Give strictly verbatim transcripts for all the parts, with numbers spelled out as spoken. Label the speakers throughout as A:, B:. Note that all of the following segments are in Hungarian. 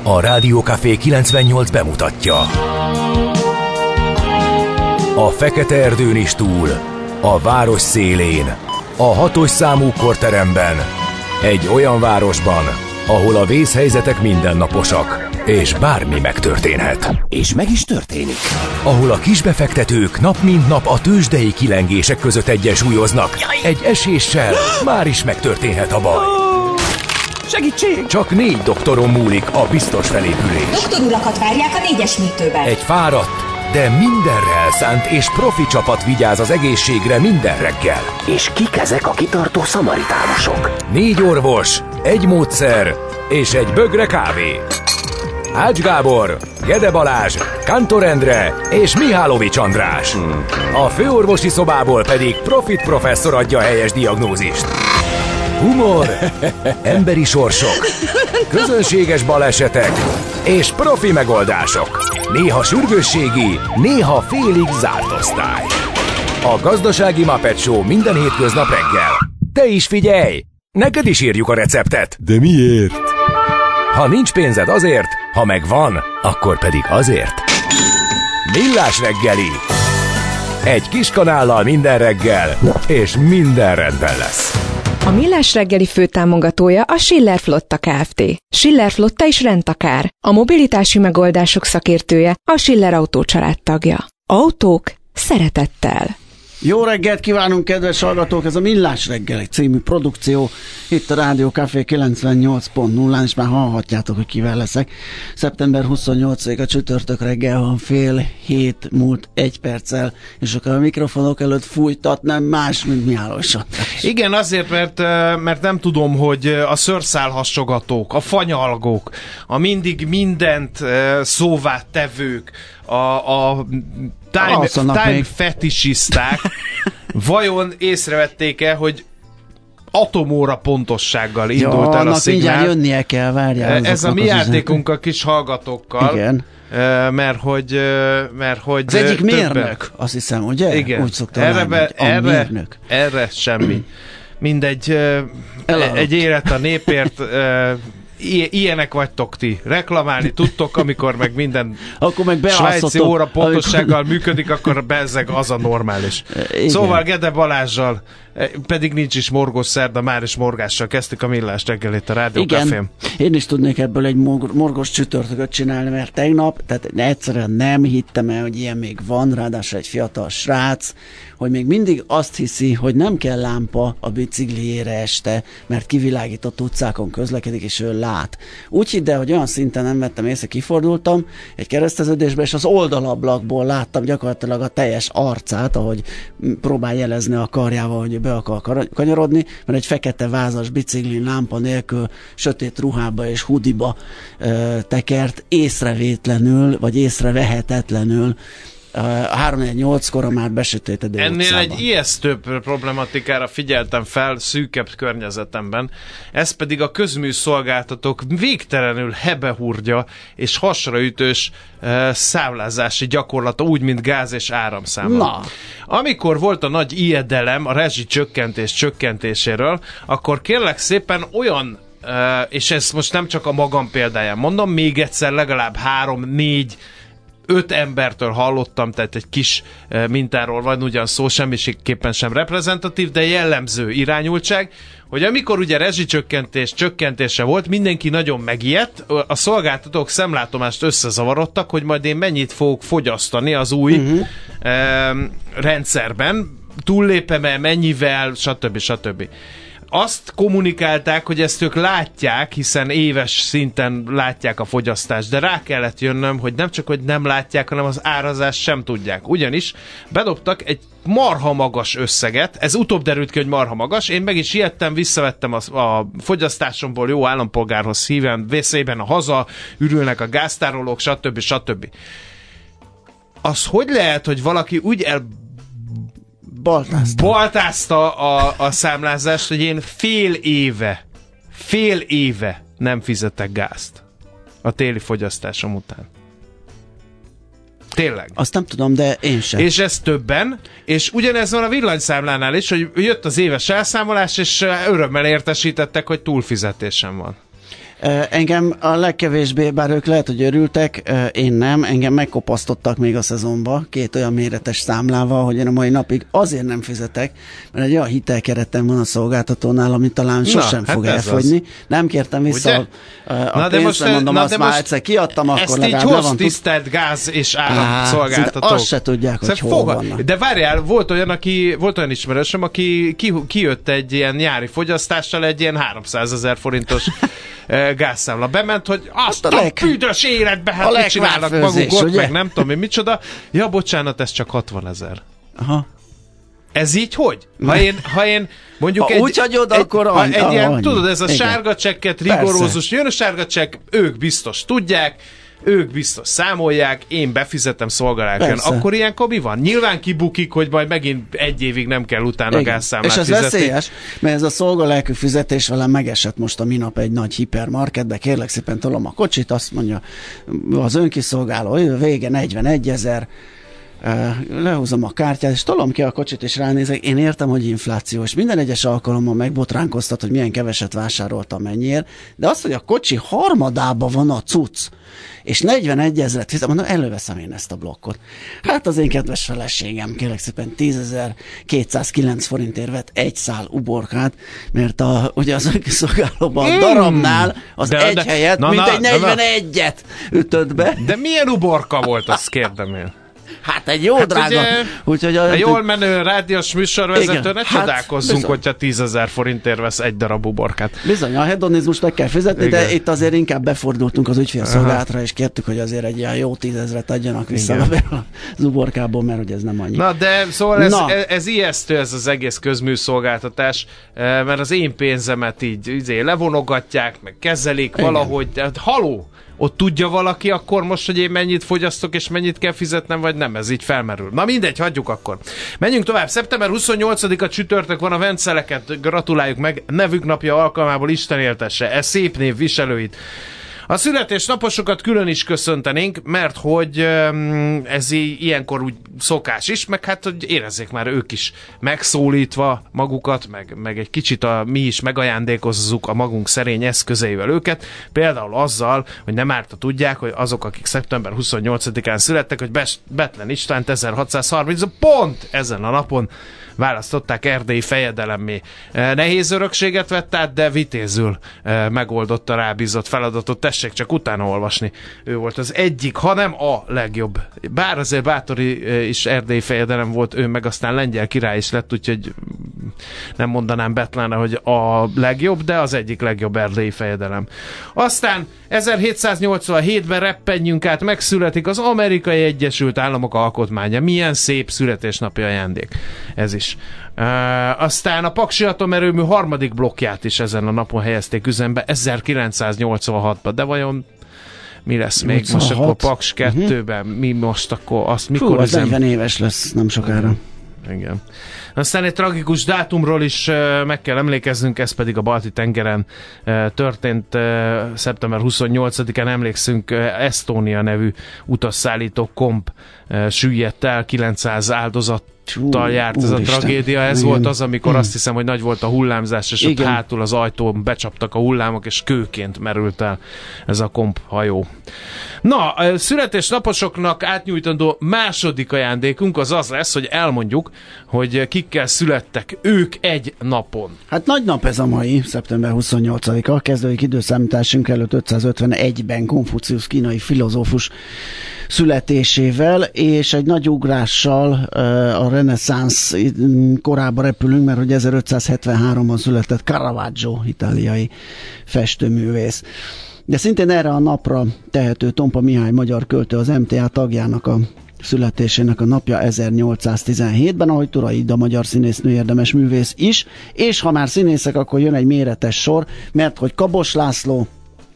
A: A Rádió Café kilencvennyolc bemutatja. A fekete erdőn is túl, a város szélén, a hatos számú korteremben, egy olyan városban, ahol a vészhelyzetek mindennaposak, és bármi megtörténhet.
B: És meg is történik.
A: Ahol a kisbefektetők nap mint nap a tőzsdei kilengések között egyensúlyoznak. Egy eséssel már is megtörténhet a baj.
C: Segítség!
A: Csak négy doktoron múlik a biztos felépülés.
D: Doktor urakat várják a négyes műtőben.
A: Egy fáradt, de mindenre elszánt és profi csapat vigyáz az egészségre minden reggel.
B: És kik ezek a kitartó szamaritánusok?
A: Négy orvos, egy módszer és egy bögre kávé. Ács Gábor, Gede Balázs, Kántor Endre és Mihálovics András. A főorvosi szobából pedig Profit professzor adja a helyes diagnózist. Humor, emberi sorsok, közönséges balesetek és profi megoldások. Néha sürgősségi, néha félig zárt osztály. A Gazdasági Muppet Show minden hétköznap reggel. Te is figyelj! Neked is írjuk a receptet.
E: De miért?
A: Ha nincs pénzed azért, ha megvan, akkor pedig azért. Millás reggeli. Egy kis kanállal minden reggel, és minden rendben lesz.
F: A Millás reggeli főtámogatója a Schiller Flotta Kft. Schiller Flotta is rendtakár. A mobilitási megoldások szakértője, a Schiller Autó család tagja. Autók szeretettel.
C: Jó reggelt kívánunk, kedves hallgatók! Ez a Millás reggeli című produkció itt a Rádió Café kilencvennyolc pont nullán, és már hallhatjátok, hogy kivel leszek. szeptember huszonnyolcadika csütörtök reggel van, fél hét múlt egy perccel, és akkor a mikrofonok előtt fújtat, nem más, mint Mihálovics András.
G: Igen, azért, mert, mert nem tudom, hogy a szőrszálhassogatók, a fanyalgók, a mindig mindent szóvá tevők, a, a time, time fetisisták vajon észrevették-e, hogy atomóra pontossággal indult
C: ja,
G: el a szignál.
C: Mindjárt jönnie kell, várjál.
G: Ez a mi játékunk a kis hallgatókkal.
C: Igen.
G: Mert hogy, mert hogy
C: az egyik
G: többen...
C: mérnök, azt hiszem, ugye?
G: Igen.
C: Úgy szoktam
G: erre,
C: lenni,
G: be,
C: a
G: erre,
C: mérnök.
G: Erre semmi. Mindegy, Eladott. Egy élet a népért, I- ilyenek vagytok ti. Reklamálni tudtok, amikor meg minden
C: akkor meg
G: svájci óra pontossággal
C: amikor...
G: működik, akkor bezzeg az a normális.
C: Igen.
G: Szóval Gede Balázssal, pedig nincs is morgós szerda, már is morgással kezdtük a Millás reggelit a Rádió Cafén.
C: Én is tudnék ebből egy morgós csütörtököt csinálni, mert tegnap, tehát egyszerűen nem hittem el, hogy ilyen még van, ráadásul egy fiatal srác, hogy még mindig azt hiszi, hogy nem kell lámpa a bicikliére este, mert kivilágított utcákon közlekedik, és ő lát. Úgy hidd el, hogy olyan szinten nem vettem észre, kifordultam egy kereszteződésbe, és az oldalablakból láttam gyakorlatilag a teljes arcát, ahogy próbál jelezni a karjával, hogy be akar kanyarodni, mert egy fekete vázas bicikli lámpa nélkül, sötét ruhába és hudiba ö, tekert, észrevétlenül, vagy észrevehetetlenül a három nyolckor már besötétedő
G: Ennél
C: utcában.
G: Egy ijesztőbb problematikára figyeltem fel szűkebb környezetemben, ez pedig a közműszolgáltatók végtelenül hebehurgya és hasraütős uh, számlázási gyakorlata, úgy, mint gáz és áramszámla.
C: Na.
G: Amikor volt a nagy ijedelem a rezsi csökkentés csökkentéséről, akkor kérlek szépen olyan uh, és ezt most nem csak a magam példáján mondom, még egyszer legalább három, négy öt embertől hallottam, tehát egy kis mintáról van ugyan szó, semmiképpen sem reprezentatív, de jellemző irányultság, hogy amikor ugye rezsicsökkentés csökkentése volt, mindenki nagyon megijedt, a szolgáltatók szemlátomást összezavarodtak, hogy majd én mennyit fogok fogyasztani az új uh-huh. eh, rendszerben, túllépem-e, mennyivel, stb. stb. Azt kommunikálták, hogy ezt ők látják, hiszen éves szinten látják a fogyasztást, de rá kellett jönnöm, hogy nem csak, hogy nem látják, hanem az árazást sem tudják. Ugyanis bedobtak egy marha magas összeget, ez utóbb derült ki, hogy marha magas, én meg is ijedtem, visszavettem a, a fogyasztásomból jó állampolgárhoz szívem, vészében a haza, ürülnek a gáztárolók, stb. stb. Az hogy lehet, hogy valaki úgy el
C: Baltázta.
G: Baltázta a, a számlázást, hogy én fél éve, fél éve nem fizetek gázt a téli fogyasztásom után. Tényleg.
C: Azt nem tudom, de én sem.
G: És ez többen, és ugyanez van a villanyszámlánál is, hogy jött az éves elszámolás, és örömmel értesítettek, hogy túlfizetésem van.
C: Engem a legkevésbé, bár ők lehet, hogy örültek, én nem, engem megkopasztottak még a szezonba két olyan méretes számlával, hogy én a mai napig azért nem fizetek, mert egy olyan hitelkeretem van a szolgáltatónál, amit talán sosem na, fog hát elfogyni. Az. Nem kértem vissza a, a pénzt, de mondom, azt már egyszer kiadtam, akkor legalább le van. Ezt így hoz tisztelt
G: gáz és áramszolgáltatók.
C: Azt se tudják, hogy hol foga- vannak.
G: De várjál, volt olyan, aki, volt olyan ismerősöm, aki ki, kijött egy ilyen nyári fogyasztással egy ilyen háromszázezer forintos gázszámla. Bement, hogy azt a, a leg... büdös életbe, hát mit csinálnak maguk ott, ugye? Meg nem tudom én micsoda. Ja, bocsánat, ez csak hatvanezer.
C: Aha.
G: Ez így hogy? Ha én, ha én mondjuk
C: ha
G: egy...
C: úgy hagyod,
G: egy,
C: akkor
G: annyi, egy ilyen,
C: annyi.
G: Tudod, ez a
C: igen.
G: sárga csekket, rigorózus, jön a sárga csekk, ők biztos tudják, ők biztos számolják, én befizetem, szolgálják. Akkor ilyenkor mi van? Nyilván kibukik, hogy majd megint egy évig nem kell utána gázszámlát
C: fizetni.
G: És ez
C: fizetni. Veszélyes, mert ez a szolgalelkű fizetés velem megesett most a minap egy nagy hipermarketbe, kérlek szépen tolom a kocsit, azt mondja az önkiszolgáló, vége negyvenegy ezer, lehúzom a kártyát, és tolom ki a kocsit, és ránézek, én értem, hogy infláció, és minden egyes alkalommal megbotránkoztat, hogy milyen keveset vásároltam mennyiért, de az, hogy a kocsi harmadában van a cucc, és negyvenegy ezret fizet, mondom, előveszem én ezt a blokkot. Hát az én kedves feleségem, kérlek szépen tízezer-kétszázkilenc forintért vett egy szál uborkát, mert a, ugye az önkiszolgálóban a darabnál az de, egy de, helyet, na, mint na, egy negyvenegyet ütött be.
G: De milyen uborka volt, azt kérdem én.
C: Hát egy jó hát drága. Ugye,
G: úgyhogy a, a jól menő rádiós műsorvezető, ne hát csodálkozzunk, bizony. Hogyha tízezer forintért vesz egy darab uborkát.
C: Bizony, a hedonizmust meg kell fizetni, igen. De itt azért inkább befordultunk az ügyfélszolgálatra, és kértük, hogy azért egy ilyen jó tízezret adjanak vissza az uborkából, mert hogy ez nem annyi.
G: Na, de szóval ez, Na. ez, ez ijesztő, ez az egész közműszolgáltatás, mert az én pénzemet így, így levonogatják, meg kezelik igen. Valahogy, hát haló! Ott tudja valaki akkor most, hogy én mennyit fogyasztok, és mennyit kell fizetnem, vagy nem, ez így felmerül. Na mindegy, hagyjuk akkor. Menjünk tovább. szeptember huszonnyolcadika csütörtök van, a Venceleket gratuláljuk meg, nevük napja alkalmából, Isten éltesse e szép név viselőit. A születésnaposokat külön is köszöntenénk, mert hogy ez ilyenkor úgy szokás is, meg hát, hogy érezzék már ők is megszólítva magukat, meg, meg egy kicsit a, mi is megajándékozzuk a magunk szerény eszközeivel őket, például azzal, hogy nem árt, ha tudják, hogy azok, akik szeptember huszonnyolcadikán születtek, hogy Bethlen Istvánt ezerhatszázharminc, pont ezen a napon választották erdélyi fejedelemmé. Nehéz örökséget vett át, de vitézül megoldotta rábízott feladatot. Tessék csak utána olvasni. Ő volt az egyik, hanem a legjobb. Bár azért Báthori is erdélyi fejedelem volt, ő meg aztán lengyel király is lett, úgyhogy nem mondanám Bethlenre, hogy a legjobb, de az egyik legjobb erdélyi fejedelem. Aztán ezerhétszáznyolcvanhétben reppenjünk át, megszületik az Amerikai Egyesült Államok alkotmánya. Milyen szép születésnapi ajándék. Ez is. Uh, aztán a Paksi atomerőmű harmadik blokkját is ezen a napon helyezték üzembe ezerkilencszáznyolcvanhatban, de vajon mi lesz még nyolcvanhat most akkor Paks kettőben? Uh-huh. Mi most akkor azt mikor
C: Fú, az üzem... negyven éves lesz nem sokára.
G: Igen. Aztán egy tragikus dátumról is uh, meg kell emlékeznünk, ez pedig a Balti-tengeren uh, történt uh, szeptember huszonnyolcadikán, emlékszünk, uh, Estonia nevű utasszállító komp uh, süllyedt el, kilencszáz áldozat tal járt ez a tragédia. Ez igen. Volt az, amikor hmm. azt hiszem, hogy nagy volt a hullámzás, és igen. Ott hátul az ajtón becsaptak a hullámok, és kőként merült el ez a komp hajó. Na, a születésnaposoknak átnyújtandó második ajándékunk az az lesz, hogy elmondjuk, hogy kikkel születtek ők egy napon.
C: Hát nagy nap ez a mai, szeptember huszonnyolcadika. A kezdődik időszámításunk előtt ötszázötvenegyben Konfuciusz kínai filozófus születésével, és egy nagy ugrással a reneszánsz korába repülünk, mert hogy ezerötszázhetvenháromban született Caravaggio, itáliai festőművész. De szintén erre a napra tehető Tompa Mihály magyar költő, az em té á tagjának a születésének a napja ezernyolcszáztizenhétben, ahogy Tura Ida magyar színésznő, érdemes művész is, és ha már színészek, akkor jön egy méretes sor, mert hogy Kabos László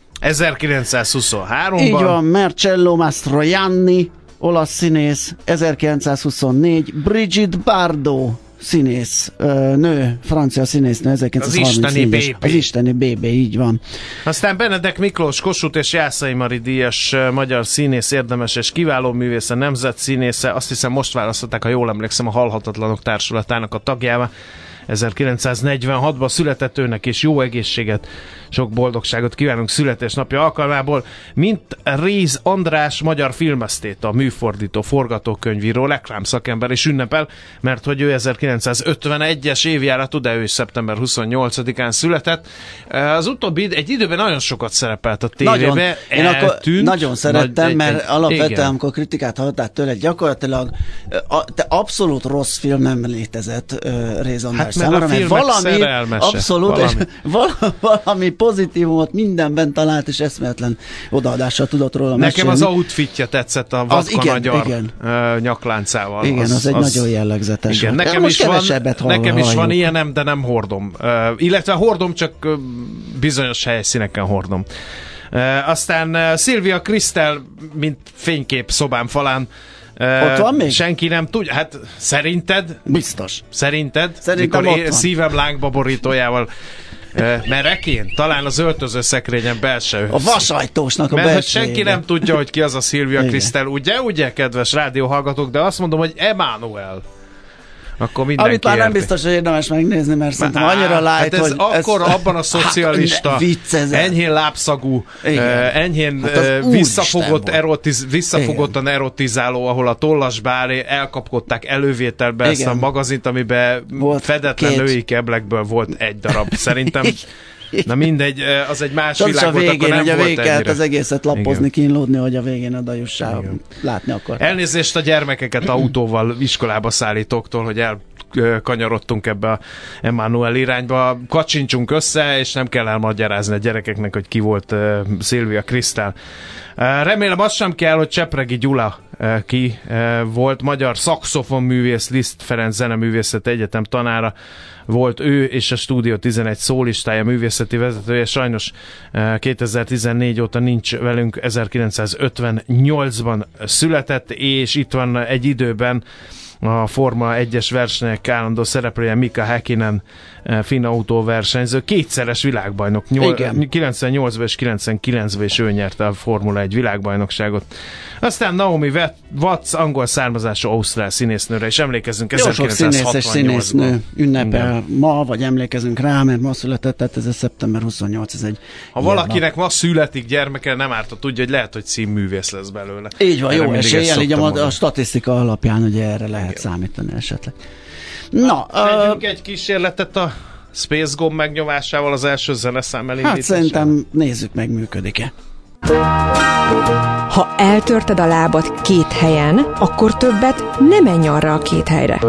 G: ezerkilencszázhuszonháromban,
C: így van, Marcello Mastroianni, olasz színész, ezerkilencszázhuszonnégy, Brigitte Bardot, színész, nő, francia színésznő, ezerkilencszázharmincnégyes. Az isteni bé bé, így van.
G: Aztán Benedek Miklós, Kossuth és Jászai Mari díjas magyar színész, érdemes és kiváló művésze, nemzetszínésze, azt hiszem most választották, ha jól emlékszem, a Halhatatlanok Társulatának a tagjává. ezerkilencszáznegyvenhatban született, őnek és jó egészséget, sok boldogságot kívánunk születésnapja alkalmából, mint Réz András, magyar filmesztéta, műfordító, forgatókönyvíró, reklámszakember is ünnepel, mert hogy ő ezerkilencszázötvenegyes évjáratú, de ő is szeptember huszonnyolcadikán született. Az utóbbi egy időben nagyon sokat szerepelt a tévébe,
C: Én akkor nagyon szerettem,
G: Nagy,
C: mert
G: egy,
C: alapvetően,
G: igen.
C: amikor kritikát hallottál tőle, gyakorlatilag a, te abszolút rossz film nem létezett uh, Réz András
G: hát,
C: számára, mert valami abszolút, valami. És valami, valami pozitívumot mindenben talált, és eszméletlen odaadással tudott róla
G: Nekem
C: mesélni.
G: az outfitje tetszett a vadkanagyar nyakláncával.
C: Igen, az, az egy az, nagyon jellegzetes.
G: Igen, nekem is van, nekem is van ilyenem, de nem hordom. Uh, illetve hordom, csak uh, bizonyos helyszíneken hordom. Uh, aztán uh, Sylvia Kristel, mint fénykép szobám falán. Uh,
C: ott van még?
G: Senki nem tudja. Hát szerinted?
C: Biztos.
G: Szerinted?
C: Szerintem
G: mikor
C: ott van.
G: Szívem lángba borítójával uh, merekén? Talán az öltöző szekrényen belső.
C: A vasajtósnak a
G: Mert
C: belső.
G: senki nem tudja, hogy ki az a Sylvia Kristel. Ugye, ugye, kedves rádióhallgatók? De azt mondom, hogy Emmanuel. Akkor mindenki
C: Amit már nem
G: érti.
C: biztos, hogy érdemes megnézni, mert szerintem
G: Á,
C: annyira light,
G: hát ez
C: hogy...
G: akkor
C: ez,
G: abban a szocialista,
C: hát,
G: enyhén lábszagú, uh, enyhén
C: hát
G: uh, visszafogott erotiz, visszafogottan
C: Igen.
G: erotizáló, ahol a tollas báré elkapkodták elővételbe ezt a magazint, amiben volt fedetlen két. Női keblekből volt egy darab. Szerintem... Na mindegy, az egy más
C: Tudsz
G: világ
C: a végén,
G: volt, akkor nem
C: hogy a
G: volt
C: végén kellett
G: ennyire.
C: az egészet lapozni, kínlódni, hogy a végén oda jussál, látni akar.
G: Elnézést a gyermekeket autóval iskolába szállítóktól, hogy elkanyarodtunk ebbe a Emmanuel irányba. Kacsincsunk össze, és nem kell elmagyarázni a gyerekeknek, hogy ki volt uh, Sylvia Kristel. Uh, remélem azt sem kell, hogy Csepregi Gyula uh, ki uh, volt, magyar szaxofonművész, Liszt Ferenc Zeneművészeti Egyetem tanára volt ő, és a Stúdió tizenegy szólistája, művészeti vezetője. Sajnos kétezer-tizennégy óta nincs velünk, ezerkilencszázötvennyolcban született, és itt van egy időben a Forma egyes versenyek állandó szereplője Mika Häkkinen, finn autóversenyző, kétszeres világbajnok, nyol- kilencvennyolcban és kilencvenkilencben is ő nyerte a Formula egy világbajnokságot. Aztán Naomi Watts, angol származású ausztrál színésznőre, és emlékezzünk ezerkilencszázhatvannyolcban.
C: Színésznő ünnepel ma, vagy emlékezünk rá, mert ma született, tehát ez a szeptember huszonnyolc, ez egy
G: ha valakinek nap. Ma születik gyermeke, nem árt, tudja, hogy lehet, hogy színművész lesz belőle.
C: Így van, erre jó eséllyel, így a, a statisztika alapján ugye erre lehet igen. számítani esetleg. Na,
G: tegyünk
C: uh,
G: egy kísérletet a Space Gomb megnyomásával az első zeneszám elindításával.
C: Hát szerintem nézzük meg, működik-e.
F: Ha eltörted a lábad két helyen, akkor többet ne menj arra a két helyre.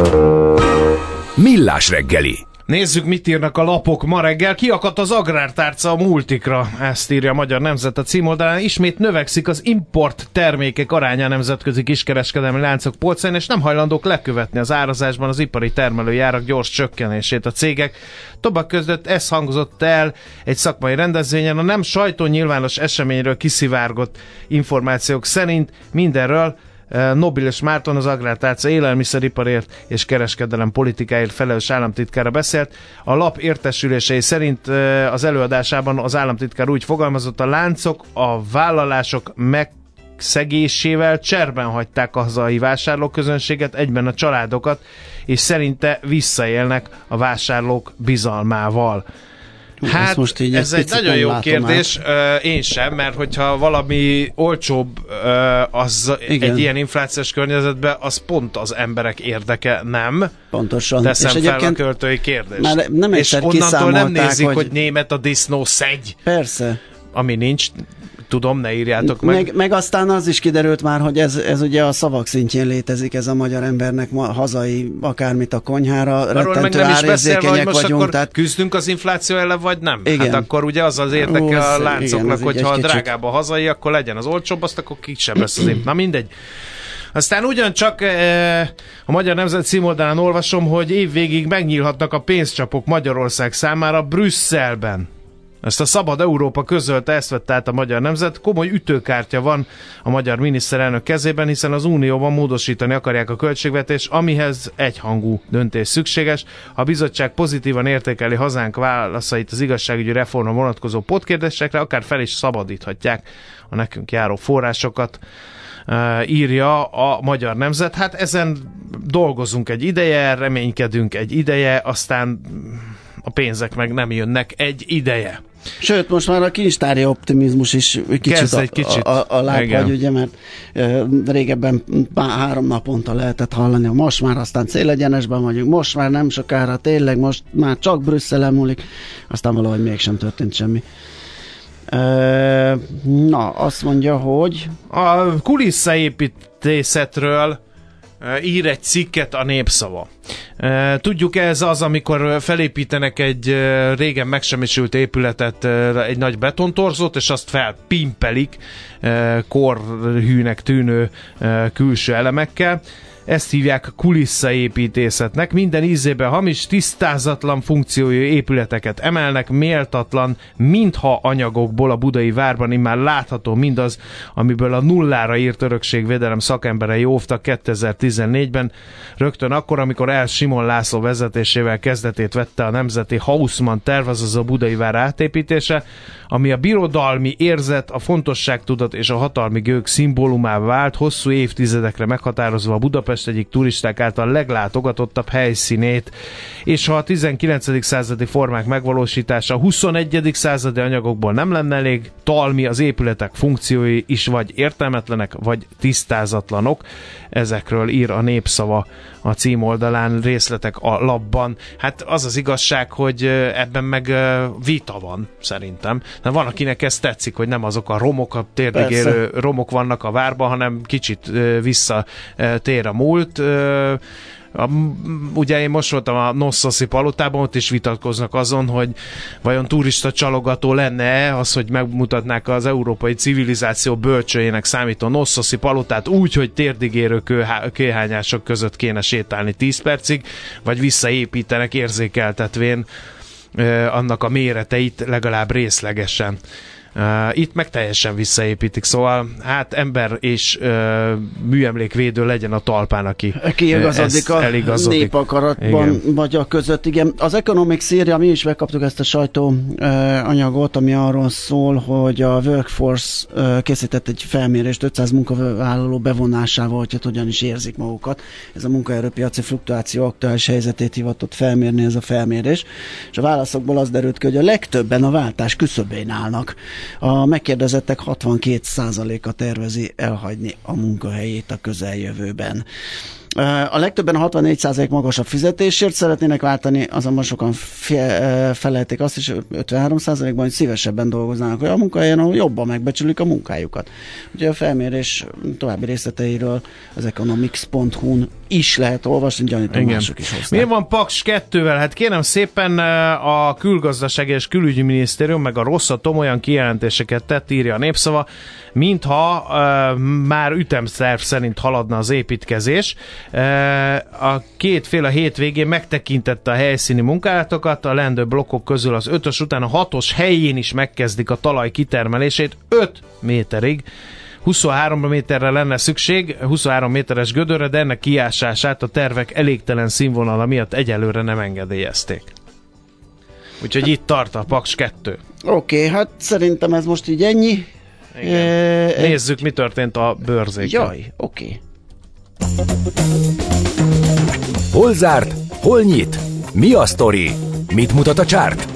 A: Millás reggeli.
G: Nézzük, mit írnak a lapok ma reggel. Kiakadt az agrártárca a multikra, ezt írja a Magyar Nemzet a címoldalán. Ismét növekszik az import termékek aránya a nemzetközi kiskereskedelmi láncok polcain, és nem hajlandók lekövetni az árazásban az ipari termelői árak gyors csökkenését a cégek. Többek között ez hangzott el egy szakmai rendezvényen. A nem sajtó nyilvános eseményről kiszivárgott információk szerint mindenről Nobilis Márton, az Agrártárca élelmiszeriparért és kereskedelem politikáért felelős államtitkára beszélt. A lap értesülései szerint az előadásában az államtitkár úgy fogalmazott, a láncok a vállalások megszegésével cserben hagyták a hazai vásárlóközönséget, egyben a családokat, és szerinte visszaélnek a vásárlók bizalmával. Hát most így ez egy nagyon jó kérdés, át. Én sem, mert hogyha valami olcsóbb az igen. egy ilyen inflációs környezetben, az pont az emberek érdeke, nem?
C: Pontosan.
G: Teszem és fel a költői kérdést.
C: Már nem
G: és onnantól nem nézik, hogy...
C: hogy
G: német a disznó szegy.
C: Persze.
G: Ami nincs, tudom, ne írjátok meg.
C: Meg, meg aztán az is kiderült már, hogy ez, ez ugye a szavak szintjén létezik, ez a magyar embernek ma hazai akármit a konyhára,
G: arról
C: rettentő árérzékenyek vagyunk.
G: Akkor
C: tehát...
G: küzdünk az infláció ellen, vagy nem?
C: Igen.
G: Hát akkor ugye az az érdeke a láncoknak,
C: igen,
G: hogyha a
C: kicsit...
G: drágább a hazai, akkor legyen az olcsóbb, azt akkor kisebb lesz az infláció. Na mindegy. Aztán ugyancsak eh, a Magyar Nemzet címoldalán olvasom, hogy évvégig megnyílhatnak a pénzcsapok Magyarország számára Brüsszelben. Ezt a Szabad Európa közölte, ezt vett át a Magyar Nemzet. Komoly ütőkártya van a magyar miniszterelnök kezében, hiszen az Unióban módosítani akarják a költségvetést, amihez egyhangú döntés szükséges. A bizottság pozitívan értékeli hazánk válaszait az igazságügyi reformra vonatkozó pótkérdésekre, akár fel is szabadíthatják a nekünk járó forrásokat. írja a Magyar Nemzet. Hát ezen dolgozunk egy ideje, reménykedünk egy ideje, aztán a pénzek meg nem jönnek egy ideje.
C: Sőt, most már a kincstári optimizmus is kicsit,
G: egy kicsit.
C: a, a, a lábhagy, ugye, mert e, régebben három naponta lehetett hallani, most már aztán célegyenesben vagyunk, most már nem sokára, tényleg, most már csak Brüsszelen múlik, aztán valahogy mégsem történt semmi. E, na, azt mondja, hogy...
G: A kuliszaépítészetről ír egy cikket a Népszava. Tudjuk, ez az, amikor felépítenek egy régen megsemmisült épületet, egy nagy betontorzót, és azt felpimpelik korhűnek tűnő külső elemekkel. Ezt hívják kuliszaépítészetnek. Minden ízében hamis, tisztázatlan funkciójú épületeket emelnek, méltatlan, mintha anyagokból a budai várban immár látható mindaz, amiből a nullára írt örökségvédelem szakemberei óvtak kétezer-tizennégyben, rögtön akkor, amikor El Simon László vezetésével kezdetét vette a nemzeti Haussmann terv, azaz a budai vár átépítése, ami a birodalmi érzet, a fontosságtudat és a hatalmi gőg szimbólumává vált, hosszú évtizedekre meghatározva a Budapest egyik turisták által leglátogatottabb helyszínét, és ha a tizenkilencedik századi formák megvalósítása a huszonegyedik századi anyagokból nem lenne elég, talmi az épületek funkciói is vagy értelmetlenek, vagy tisztázatlanok. Ezekről ír a Népszava a címoldalán, részletek a labban. Hát az az igazság, hogy ebben meg vita van, szerintem. De van, akinek ez tetszik, hogy nem azok a romok, a térdigérő romok vannak a várban, hanem kicsit visszatér a múlt. A, ugye én most voltam a Nossoszi palotában, ott is vitatkoznak azon, hogy vajon turista csalogató lenne az, hogy megmutatnák az európai civilizáció bölcsőjének számító Nossoszi palotát úgy, hogy térdigérő kőhá, kőhányások között kéne sétálni tíz percig, vagy visszaépítenek érzékeltetvén eh, annak a méreteit legalább részlegesen. Uh, itt meg teljesen visszaépítik, szóval hát ember és uh, műemlékvédő legyen a talpán, aki
C: kiigazodik a
G: eligazodik.
C: Népakaratban, igen. Vagy a között, igen. Az Economics írja, mi is megkaptuk ezt a sajtó uh, anyagot, ami arról szól, hogy a Workforce uh, készített egy felmérést ötszáz munkavállaló bevonásával, hogy hát hogyan is érzik magukat. Ez a munkaerőpiaci fluktuáció aktuális helyzetét hivatott felmérni ez a felmérés, és a válaszokból az derült ki, hogy a legtöbben a váltás küszöbén állnak. A megkérdezettek hatvankét százaléka tervezi elhagyni a munkahelyét a közeljövőben. A legtöbben a hatvannégy százalék magasabb fizetésért szeretnének váltani, azonban sokan felelték azt is ötvenhárom százalékban, hogy szívesebben dolgoznának olyan munkahelyen, ahol jobban megbecsülik a munkájukat. Ugye a felmérés további részleteiről az economics pont hu-n is lehet olvasni, gyanítom mások is hozták.
G: Mi van Paks kettővel? Hát kérem szépen, a Külgazdasági és Külügyi Minisztérium meg a Rosszatom olyan kijelentéseket tett, írja a Népszava, mintha uh, már ütemterv szerint haladna az építkezés. Uh, a két fél a hétvégén megtekintette a helyszíni munkálatokat, a leendő blokkok közül az ötös után a hatos helyén is megkezdik a talaj kitermelését öt méterig. huszonhárom méterre lenne szükség, huszonhárom méteres gödörre, de ennek kiásását a tervek elégtelen színvonala miatt egyelőre nem engedélyezték. Úgyhogy itt tart a Paks kettő.
C: Oké, okay, hát szerintem ez most így ennyi.
G: E, Nézzük, mi történt a bőrzéken.
C: Jaj, oké. Okay.
A: Hol zárt? Hol nyit? Mi a sztori? Mit mutat a csárt?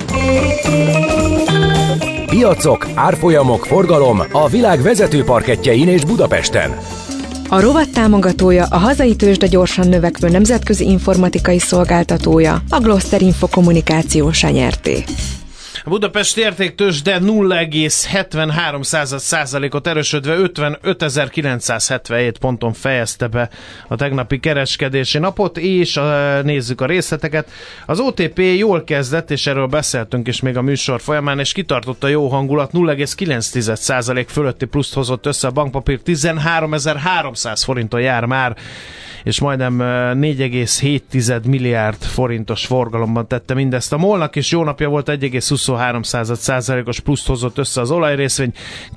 A: Piacok, árfolyamok, forgalom a világ vezető parkettjein és Budapesten.
F: A rovat támogatója, a hazai tőzsde gyorsan növekvő nemzetközi informatikai szolgáltatója, a Gloster Info Kommunikáció Nyerté.
G: A Budapesti értéktőzsde nulla egész hetvenhárom százalékot erősödve ötvenötezer-kilencszázhetvenhét ponton fejezte be a tegnapi kereskedési napot, és a, nézzük a részleteket. Az o té pé jól kezdett, és erről beszéltünk is még a műsor folyamán, és kitartott a jó hangulat, nulla egész kilenc százalék fölötti pluszt hozott össze a bankpapír, tizenháromezer-háromszáz forinton jár már, és majdnem négy egész hét milliárd forintos forgalomban tette mindezt. A MOL-nak is jó napja volt, egy egész huszonhárom huszonhárom százalékos pluszt hozott össze az olajrészvény,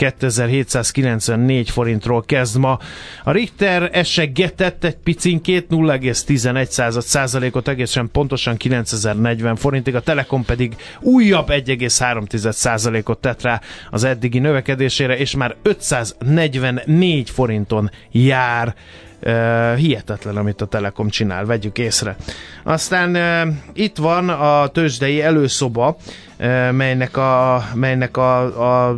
G: kétezer-hétszázkilencvennégy forintról kezd ma. A Richter essegetett egy picinkét, nulla egész tizenegy százalékot, egészen pontosan kilencezer-negyven forintig, a Telekom pedig újabb egy egész három százalékot tett rá az eddigi növekedésére, és már ötszáznegyvennégy forinton jár. Uh, hihetetlen, amit a Telekom csinál, vegyük észre. Aztán uh, itt van a tőzsdei előszoba, uh, melynek a, melynek a, a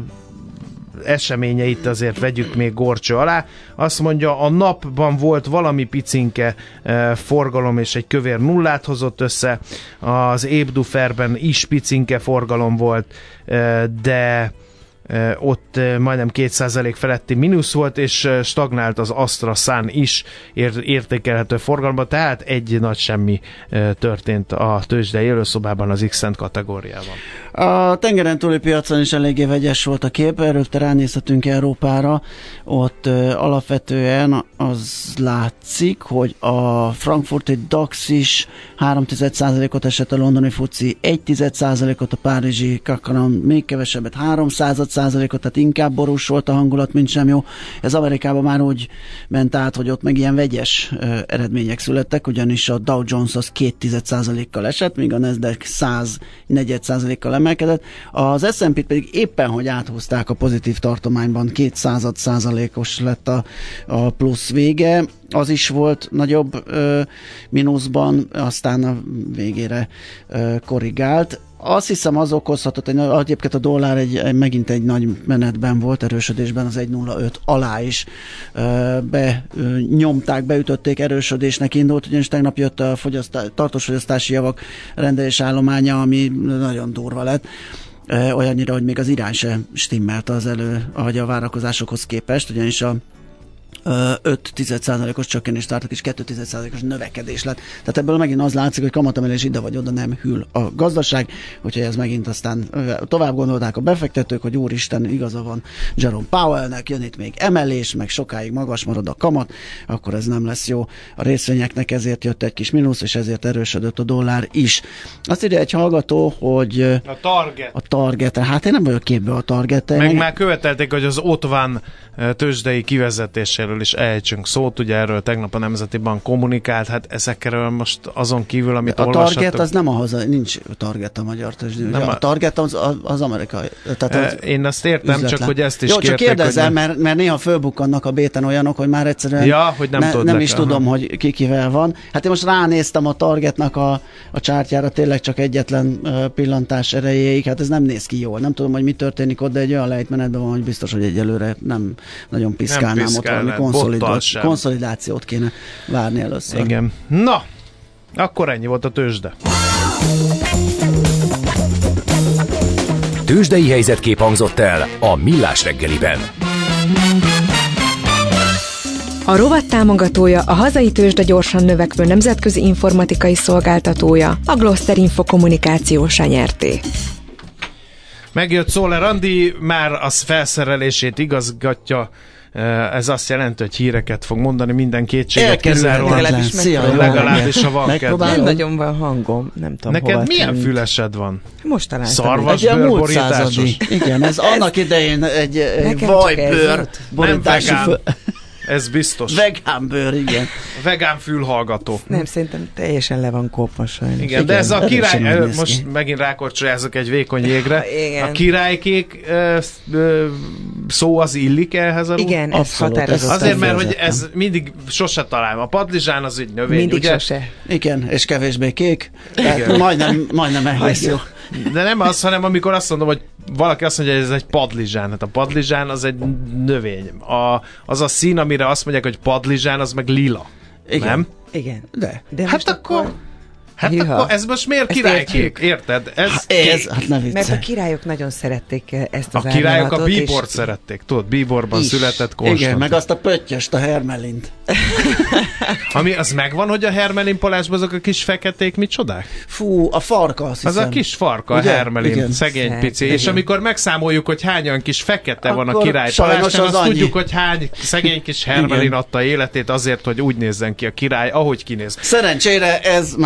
G: eseményeit azért vegyük még górcső alá. Azt mondja, a napban volt valami picinke uh, forgalom, és egy kövér nullát hozott össze. Az Ébduferben is picinke forgalom volt, uh, de Uh, ott uh, majdnem két százalék feletti mínusz volt, és uh, stagnált az Astra Sun is ér- értékelhető forgalomban, tehát egy nagy semmi uh, történt a tőzsdei előszobában az X-Cent kategóriában.
C: A tengeren túli piacon is eléggé vegyes volt a kép, erről ránézhetünk Európára, ott uh, alapvetően az látszik, hogy a frankfurti DAX is három százalékot esett, a londoni fuci egy százalékot, a párizsi Kakaram még kevesebbet, három százalékot, tehát inkább borús volt a hangulat, mint sem jó. Ez Amerikában már úgy ment át, hogy ott meg ilyen vegyes uh, eredmények születtek, ugyanis a Dow Jones az két százalékkal esett, míg a Nasdaq száz negyed százalékkal emelkedett. Az es and pé pedig éppen, hogy áthúzták a pozitív tartományban, két század százalékos lett a, a plusz vége. Az is volt nagyobb ö, mínuszban, aztán a végére ö, korrigált. Azt hiszem, az okozhatott, hogy egyébként a dollár egy, egy, megint egy nagy menetben volt, erősödésben az egy nulla öt alá is ö, be ö, nyomták, beütötték, erősödésnek indult, ugyanis tegnap jött a fogyasztá, tartós fogyasztási javak rendelés állománya, ami nagyon durva lett. Ö, olyannyira, hogy még az irány sem stimmelt az elő, ahogy a várakozásokhoz képest, ugyanis a öt százalékos csökkenést tartok, és két százalékos növekedés lett. Tehát ebből megint az látszik, hogy kamatemelés ide vagy oda nem hűl a gazdaság, úgyhogy ez megint aztán tovább gondolták a befektetők, hogy úristen, igaza van Jerome Powellnek, jön itt még emelés, meg sokáig magas marad a kamat, akkor ez nem lesz jó a részvényeknek, ezért jött egy kis mínusz, és ezért erősödött a dollár is. Azt írja egy hallgató, hogy
G: a Target.
C: A Target, hát én nem vagyok képbe a Target.
G: Meg, meg már követelték, hogy az ott van tőzsdei kivezetéséről is ejtsünk szót, ugye erről tegnap a Nemzeti Bank kommunikált, hát ezekről most azon kívül, amit
C: a
G: olvashatok.
C: A Target az nem a haza, nincs Target a magyar tőzsdén. A, a Target az, az amerikai. Tehát az
G: én azt értem, üzletlen. Csak hogy ezt is
C: jó,
G: kérték.
C: Jó, csak kérdezem,
G: hogy
C: mert, mert néha fölbukkannak a béten olyanok, hogy már egyszerűen
G: ja, hogy nem,
C: ne, nem is
G: le,
C: tudom,
G: aha.
C: hogy ki kivel van. Hát én most ránéztem a Targetnak a, a csártyára, tényleg csak egyetlen uh, pillantás erejéig, hát ez nem néz ki jól. Nem tudom, hogy mi történik ott, de egy olyan lejtmenetben van, hogy biztos, hogy egyelőre nem nagyon piszkálnám ott valami konszolidá- konszolidációt kéne várni először.
G: Igen. Na, akkor ennyi volt a tőzsde.
A: Tőzsdei helyzetkép hangzott el a Millás reggeliben.
F: A rovat támogatója, a hazai tőzsde gyorsan növekvő nemzetközi informatikai szolgáltatója, a Gloster Info Kommunikációs nyerté.
G: Megjött Szoller Andi, már az felszerelését igazgatja. Ez azt jelenti, hogy híreket fog mondani, minden kétséget kizárólag. Legalábbis ha van kedve.
E: Nem nagyon van hangom, nem tudom.
G: Neked milyen tenni. Fülesed van?
E: Most találtam.
G: Szarvasbőr borításos?
C: Igen, ez annak idején egy, egy vajbőr borítású fül.
G: Ez biztos.
C: Vegán bőr, igen.
G: Vegán fülhallgató.
E: Nem, szerintem teljesen le van kopva sajnos.
G: Igen, igen, de ez a király, most megint rákorcsolyázok egy vékony jégre. A királykék szó az illik ehhez a rúd?
E: Igen, ez határozott.
G: Azért, mert hogy ez mindig sose találom. A padlizsán az egy növény,
E: mindig
G: ugye?
E: Sose.
C: Igen, és kevésbé kék. Tehát majdnem, majdnem egész jó.
G: De nem az, hanem amikor azt mondom, hogy valaki azt mondja, hogy ez egy padlizsán. Hát a padlizsán az egy növény. A, az a szín, amire azt mondják, hogy padlizsán, az meg lila.
E: Igen.
G: Nem?
E: Igen.
C: De.
E: De
G: hát akkor... akkor... Hát Hűha. Akkor ez most miért királykék? Érted? Ez,
C: hát ez hát ne
E: mert a királyok nagyon szerették ezt az
G: a királyok a
E: és...
G: bíbort szerették. Tudod, bíborban is. Született Konstantin.
C: Igen, meg azt a pöttyöst, a hermelint.
G: Ami az megvan, hogy a hermelin palásban azok a kis feketék micsodák?
C: Fú, a farka, azt hiszem.
G: Az a kis farka, ugye? A hermelin, igen. Szegény Szeg, pici. Igen. És amikor megszámoljuk, hogy hányan kis fekete akkor van a király palástán, azt annyi. Tudjuk, hogy hány szegény kis hermelin adta életét azért, hogy úgy nézzen ki a király, ahogy kinéz.
C: Szerencsére ez már kiment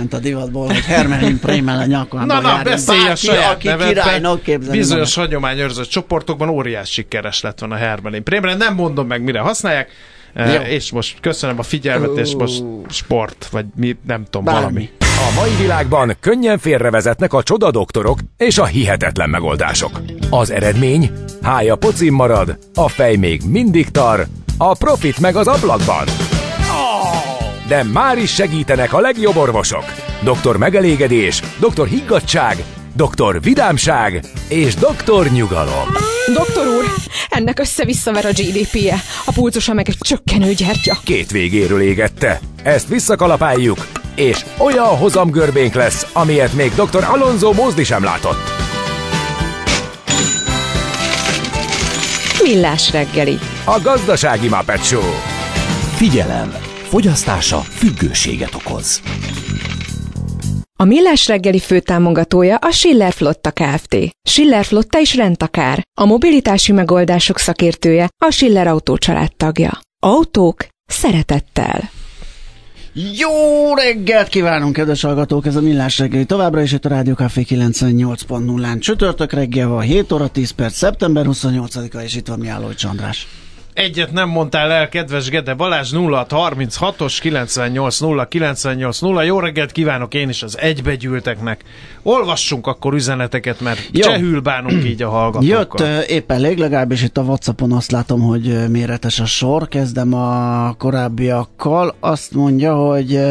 C: kiment a divatból, hogy Hermelin Prémel nyakon.
G: Na, na, beszélj a saját
C: aki
G: nevedben.
C: királynak képzelni.
G: Bizonyos hagyományőrzött csoportokban óriás sikeres lett van a Hermelin Prémel. Nem mondom meg, mire használják. Jó. És most köszönöm a figyelmet, és most sport, vagy mi, nem tudom,
C: Bármi.
G: valami.
A: A mai világban könnyen félrevezetnek a csodadoktorok és a hihetetlen megoldások. Az eredmény? Hája pocim marad, a fej még mindig tar, a profit meg az ablakban. De már is segítenek a legjobb orvosok. doktor Megelégedés, doktor Higgadtság, doktor Vidámság és doktor Nyugalom.
F: Doktor úr, ennek össze-visszaver a gé dé pé-je, a pulzusa meg egy csökkenő gyertya.
A: Két végéről égette. Ezt visszakalapáljuk, és olyan hozamgörbénk lesz, amilyet még doktor Alonso Mózdi sem látott.
F: Millás reggeli.
A: A gazdasági Muppet Show.
B: Figyelem! Fogyasztása függőséget okoz.
F: A Millás reggeli főtámogatója a Schiller Flotta Kft. Schiller Flotta is rendtakár. A mobilitási megoldások szakértője, a Schiller Autó családtagja. Autók szeretettel.
C: Jó reggelt kívánunk, kedves hallgatók! Ez a Millás reggeli továbbra is itt a Rádió Café kilencvennyolc pont nullán. Csütörtök reggel van, hét óra tíz perc, szeptember huszonnyolcadika, és itt van Mihálovics András.
G: Egyet nem mondtál el, kedves Gede Balázs, nulla hat harminchatos kilencvennyolc nulla kilencvennyolc nulla. Jó reggelt kívánok én is az egybegyűlteknek. Olvassunk akkor üzeneteket, mert
C: Jó.
G: csehül bánunk így a hallgatókkal.
C: Jött uh, épp elég, legalábbis itt a WhatsAppon azt látom, hogy uh, méretes a sor. Kezdem a korábbiakkal. Azt mondja, hogy uh,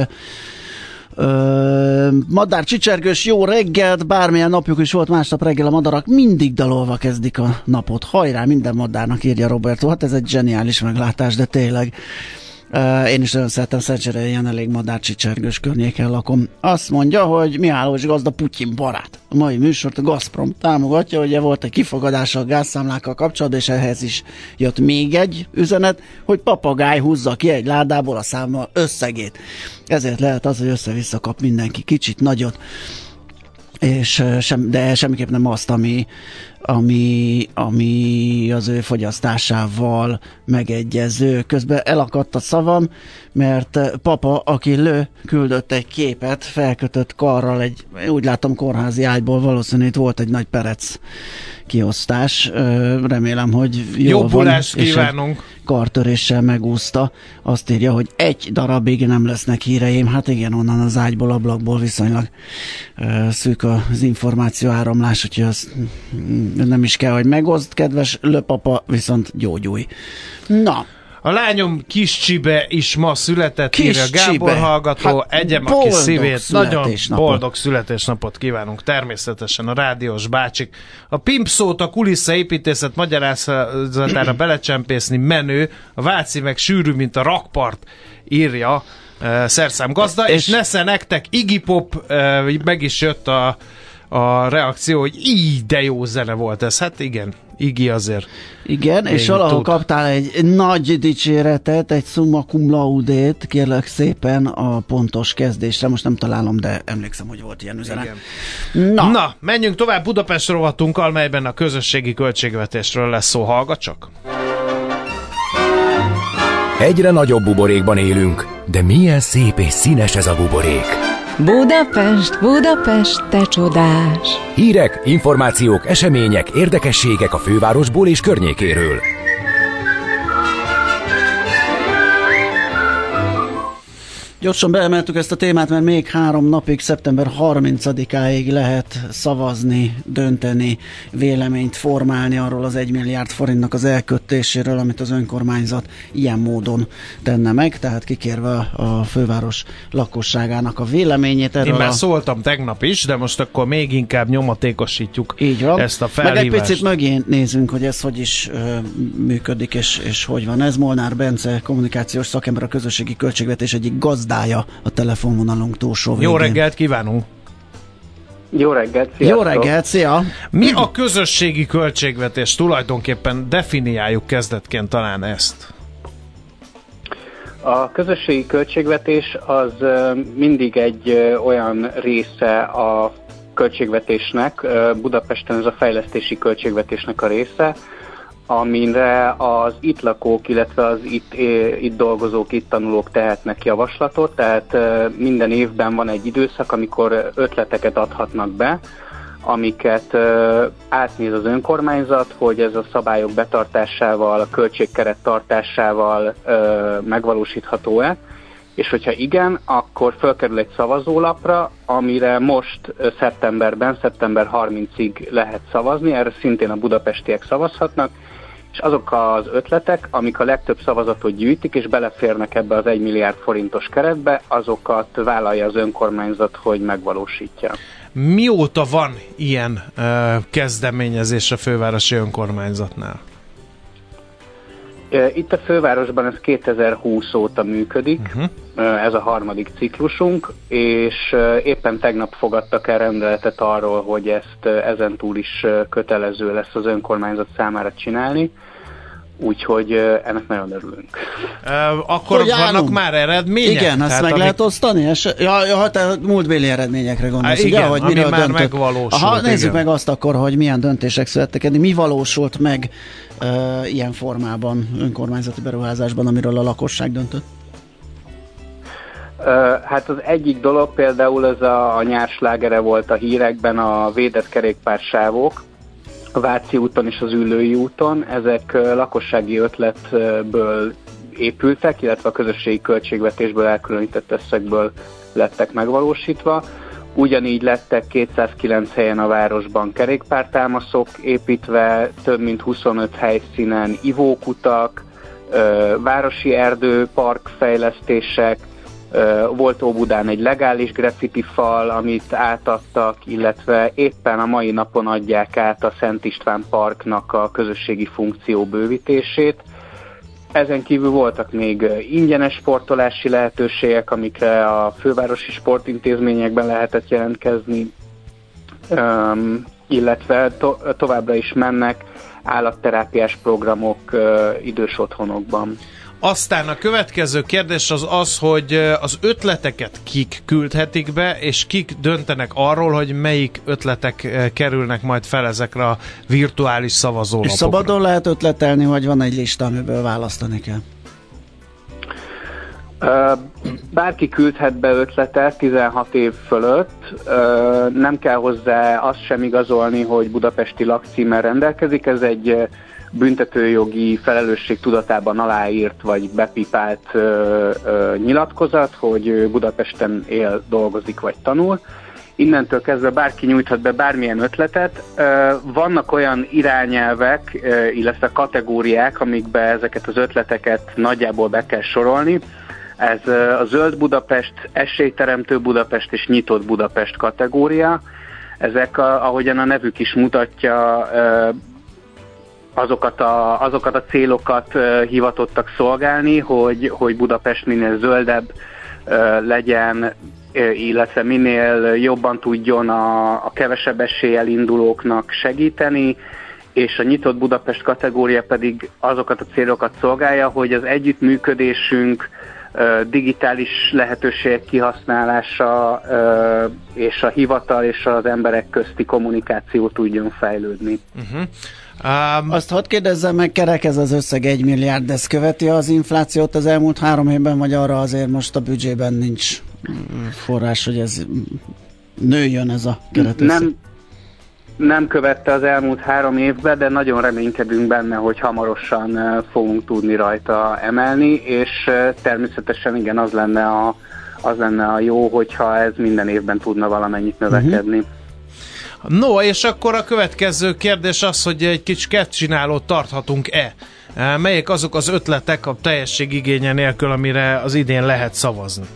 C: uh, madár csicsergős, jó reggelt, bármilyen napjuk is volt, másnap reggel a madarak mindig dalolva kezdik a napot. Hajrá, minden madárnak, írja Roberto. Hát ez egy zseniális meglátás, de tényleg. Uh, én is nagyon szeretem, Szercsere ilyen elég madárcsicsergős környéken lakom. Azt mondja, hogy Mihálovics gazda Putyin barát. A mai műsort a Gazprom támogatja, ugye volt egy kifogadása a gázszámlákkal kapcsolatban, és ehhez is jött még egy üzenet, hogy papagáj húzza ki egy ládából a számla összegét. Ezért lehet az, hogy össze-vissza kap mindenki kicsit, nagyot, és sem, de semmiképp nem azt, ami, ami, ami az ő fogyasztásával megegyező. Közben elakadt a szavam, mert papa, aki lő, küldött egy képet, felkötött karral, egy, úgy látom kórházi ágyból, valószínűleg itt volt egy nagy perec kiosztás. Remélem, hogy jól
G: jobbulást
C: van,
G: kívánunk.
C: Kartöréssel megúszta. Azt írja, hogy egy darabig nem lesznek híreim. Hát igen, onnan az ágyból, ablakból viszonylag uh, szűk az információ áramlás, úgyhogy az nem is kell, hogy megoszd, kedves löpapa, viszont gyógyulj. Na,
G: A lányom Kis Csibe is ma született,
C: Kis
G: írja Gábor
C: Csibe.
G: Hát egyem a kis
C: boldog
G: szívét. Nagyon
C: születésnapot.
G: boldog születésnapot kívánunk természetesen a rádiós bácsik. A Pimp szót a kulisszaépítészet magyarázatára belecsempészni menő, a Váci meg sűrű, mint a rakpart, írja uh, Szerszám gazda, és, és nesze nektek Iggy Pop, uh, meg is jött a, a reakció, hogy így de jó zene volt ez. Hát igen, Iggy azért.
C: igen, és valahol
G: tud.
C: kaptál egy nagy dicséretet, egy summa cum laudét, kérlek szépen a pontos kezdésre. Most nem találom, de emlékszem, hogy volt ilyen üzenet.
G: Igen.
C: Na,
G: Na, menjünk tovább Budapest rovatunkkal, melyben a közösségi költségvetésről lesz szó. Hallgat csak!
A: Egyre nagyobb buborékban élünk, de milyen szép és színes ez a buborék.
F: Budapest, Budapest, te csodás!
A: Hírek, információk, események, érdekességek a fővárosból és környékéről.
C: gyorsan beemeltük ezt a témát, mert még három napig, szeptember harmincadikáig lehet szavazni, dönteni, véleményt formálni arról az egy milliárd forintnak az elköltéséről, amit az önkormányzat ilyen módon tenne meg, tehát kikérve a főváros lakosságának a véleményét. Erről
G: Én már
C: a...
G: szóltam tegnap is, de most akkor még inkább nyomatékosítjuk
C: Így van.
G: ezt a felhívást.
C: Meg egy picit mögé nézünk, hogy ez hogy is ö, működik, és, és hogy van ez. Molnár Bence, kommunikációs szakember, a közösségi költségvetés egyik gazdája a telefonvonalunk túlsó végén.
G: Jó reggelt kívánunk!
H: Jó reggelt, sziasztok!
C: Jó reggelt, szia!
G: Mi a közösségi költségvetés? Tulajdonképpen definiáljuk kezdetként talán ezt.
H: A közösségi költségvetés az mindig egy olyan része a költségvetésnek, Budapesten ez a fejlesztési költségvetésnek a része, amire az itt lakók, illetve az itt, itt dolgozók, itt tanulók tehetnek javaslatot, tehát minden évben van egy időszak, amikor ötleteket adhatnak be, amiket átnéz az önkormányzat, hogy ez a szabályok betartásával, a költségkeret tartásával megvalósítható-e, és hogyha igen, akkor felkerül egy szavazólapra, amire most szeptemberben, szeptember harmincadikáig lehet szavazni, erre szintén a budapestiek szavazhatnak, és azok az ötletek, amik a legtöbb szavazatot gyűjtik, és beleférnek ebbe az egy milliárd forintos keretbe, azokat vállalja az önkormányzat, hogy megvalósítja.
G: Mióta van ilyen uh, kezdeményezés a fővárosi önkormányzatnál?
H: Itt a fővárosban ez kétezer-húsz óta működik, uh-huh. ez a harmadik ciklusunk, és éppen tegnap fogadtak el rendeletet arról, hogy ezt ezentúl is kötelező lesz az önkormányzat számára csinálni, úgyhogy ennek nagyon örülünk.
G: Uh, akkor hogy vannak állunk? Már eredmények?
C: Igen, ezt meg amik... lehet osztani? És, ja, ja, te múltbéli eredményekre gondolsz,
G: uh,
C: ugye?
G: Igen,
C: hogy
G: ami
C: miről
G: már
C: döntött?
G: megvalósult.
C: Aha, nézzük
G: igen.
C: meg azt akkor, hogy milyen döntések születtek eddig. Mi valósult meg uh, ilyen formában, önkormányzati beruházásban, amiről a lakosság döntött?
H: Uh, hát az egyik dolog például ez a, a nyárslágere volt a hírekben, a védett kerékpársávok, a Váci úton és az Üllői úton. Ezek lakossági ötletből épültek, illetve a közösségi költségvetésből elkülönített összegből lettek megvalósítva. Ugyanígy lettek kétszázkilenc helyen a városban kerékpártámaszok építve, több mint huszonöt helyszínen ivókutak, városi erdőpark fejlesztések, volt Óbudán egy legális graffiti fal, amit átadtak, illetve éppen a mai napon adják át a Szent István Parknak a közösségi funkció bővítését. Ezen kívül voltak még ingyenes sportolási lehetőségek, amikre a fővárosi sportintézményekben lehetett jelentkezni, um, illetve to- továbbra is mennek állatterápiás programok uh, idős otthonokban.
G: Aztán a következő kérdés az az, hogy az ötleteket kik küldhetik be, és kik döntenek arról, hogy melyik ötletek kerülnek majd fel ezekre a virtuális szavazólapokra.
C: És szabadon lehet ötletelni, vagy van egy lista, amiből választani kell?
H: Bárki küldhet be ötletet tizenhat év fölött, nem kell hozzá azt sem igazolni, hogy budapesti lakcímmel rendelkezik, ez egy büntetőjogi felelősség tudatában aláírt vagy bepipált ö, ö, nyilatkozat, hogy Budapesten él, dolgozik vagy tanul. Innentől kezdve bárki nyújthat be bármilyen ötletet. Ö, vannak olyan irányelvek, ö, illetve kategóriák, amikbe ezeket az ötleteket nagyjából be kell sorolni. Ez ö, a Zöld Budapest, Esélyteremtő Budapest és Nyitott Budapest kategória. Ezek, a, ahogyan a nevük is mutatja, ö, Azokat a, azokat a célokat uh, hivatottak szolgálni, hogy, hogy Budapest minél zöldebb uh, legyen, uh, illetve minél jobban tudjon a, a kevesebb eséllyel indulóknak segíteni, és a Nyitott Budapest kategória pedig azokat a célokat szolgálja, hogy az együttműködésünk, uh, digitális lehetőségek kihasználása uh, és a hivatal és az emberek közti kommunikáció tudjon fejlődni.
G: Uh-huh.
C: Um, Azt hadd kérdezzem meg, kerek ez az összeg egy milliárd, ez követi az inflációt az elmúlt három évben, vagy arra azért most a büdzsében nincs forrás, hogy ez nőjön ez a keretösszeg?
H: Nem, nem követte az elmúlt három évben, de nagyon reménykedünk benne, hogy hamarosan fogunk tudni rajta emelni, és természetesen igen, az lenne a, az lenne a jó, hogyha ez minden évben tudna valamennyit növekedni. Uh-huh.
G: No, és akkor a következő kérdés az, hogy egy kicsi kettcsinálót tarthatunk-e? Melyek azok az ötletek a teljesség igénye nélkül, amire az idén lehet szavazni?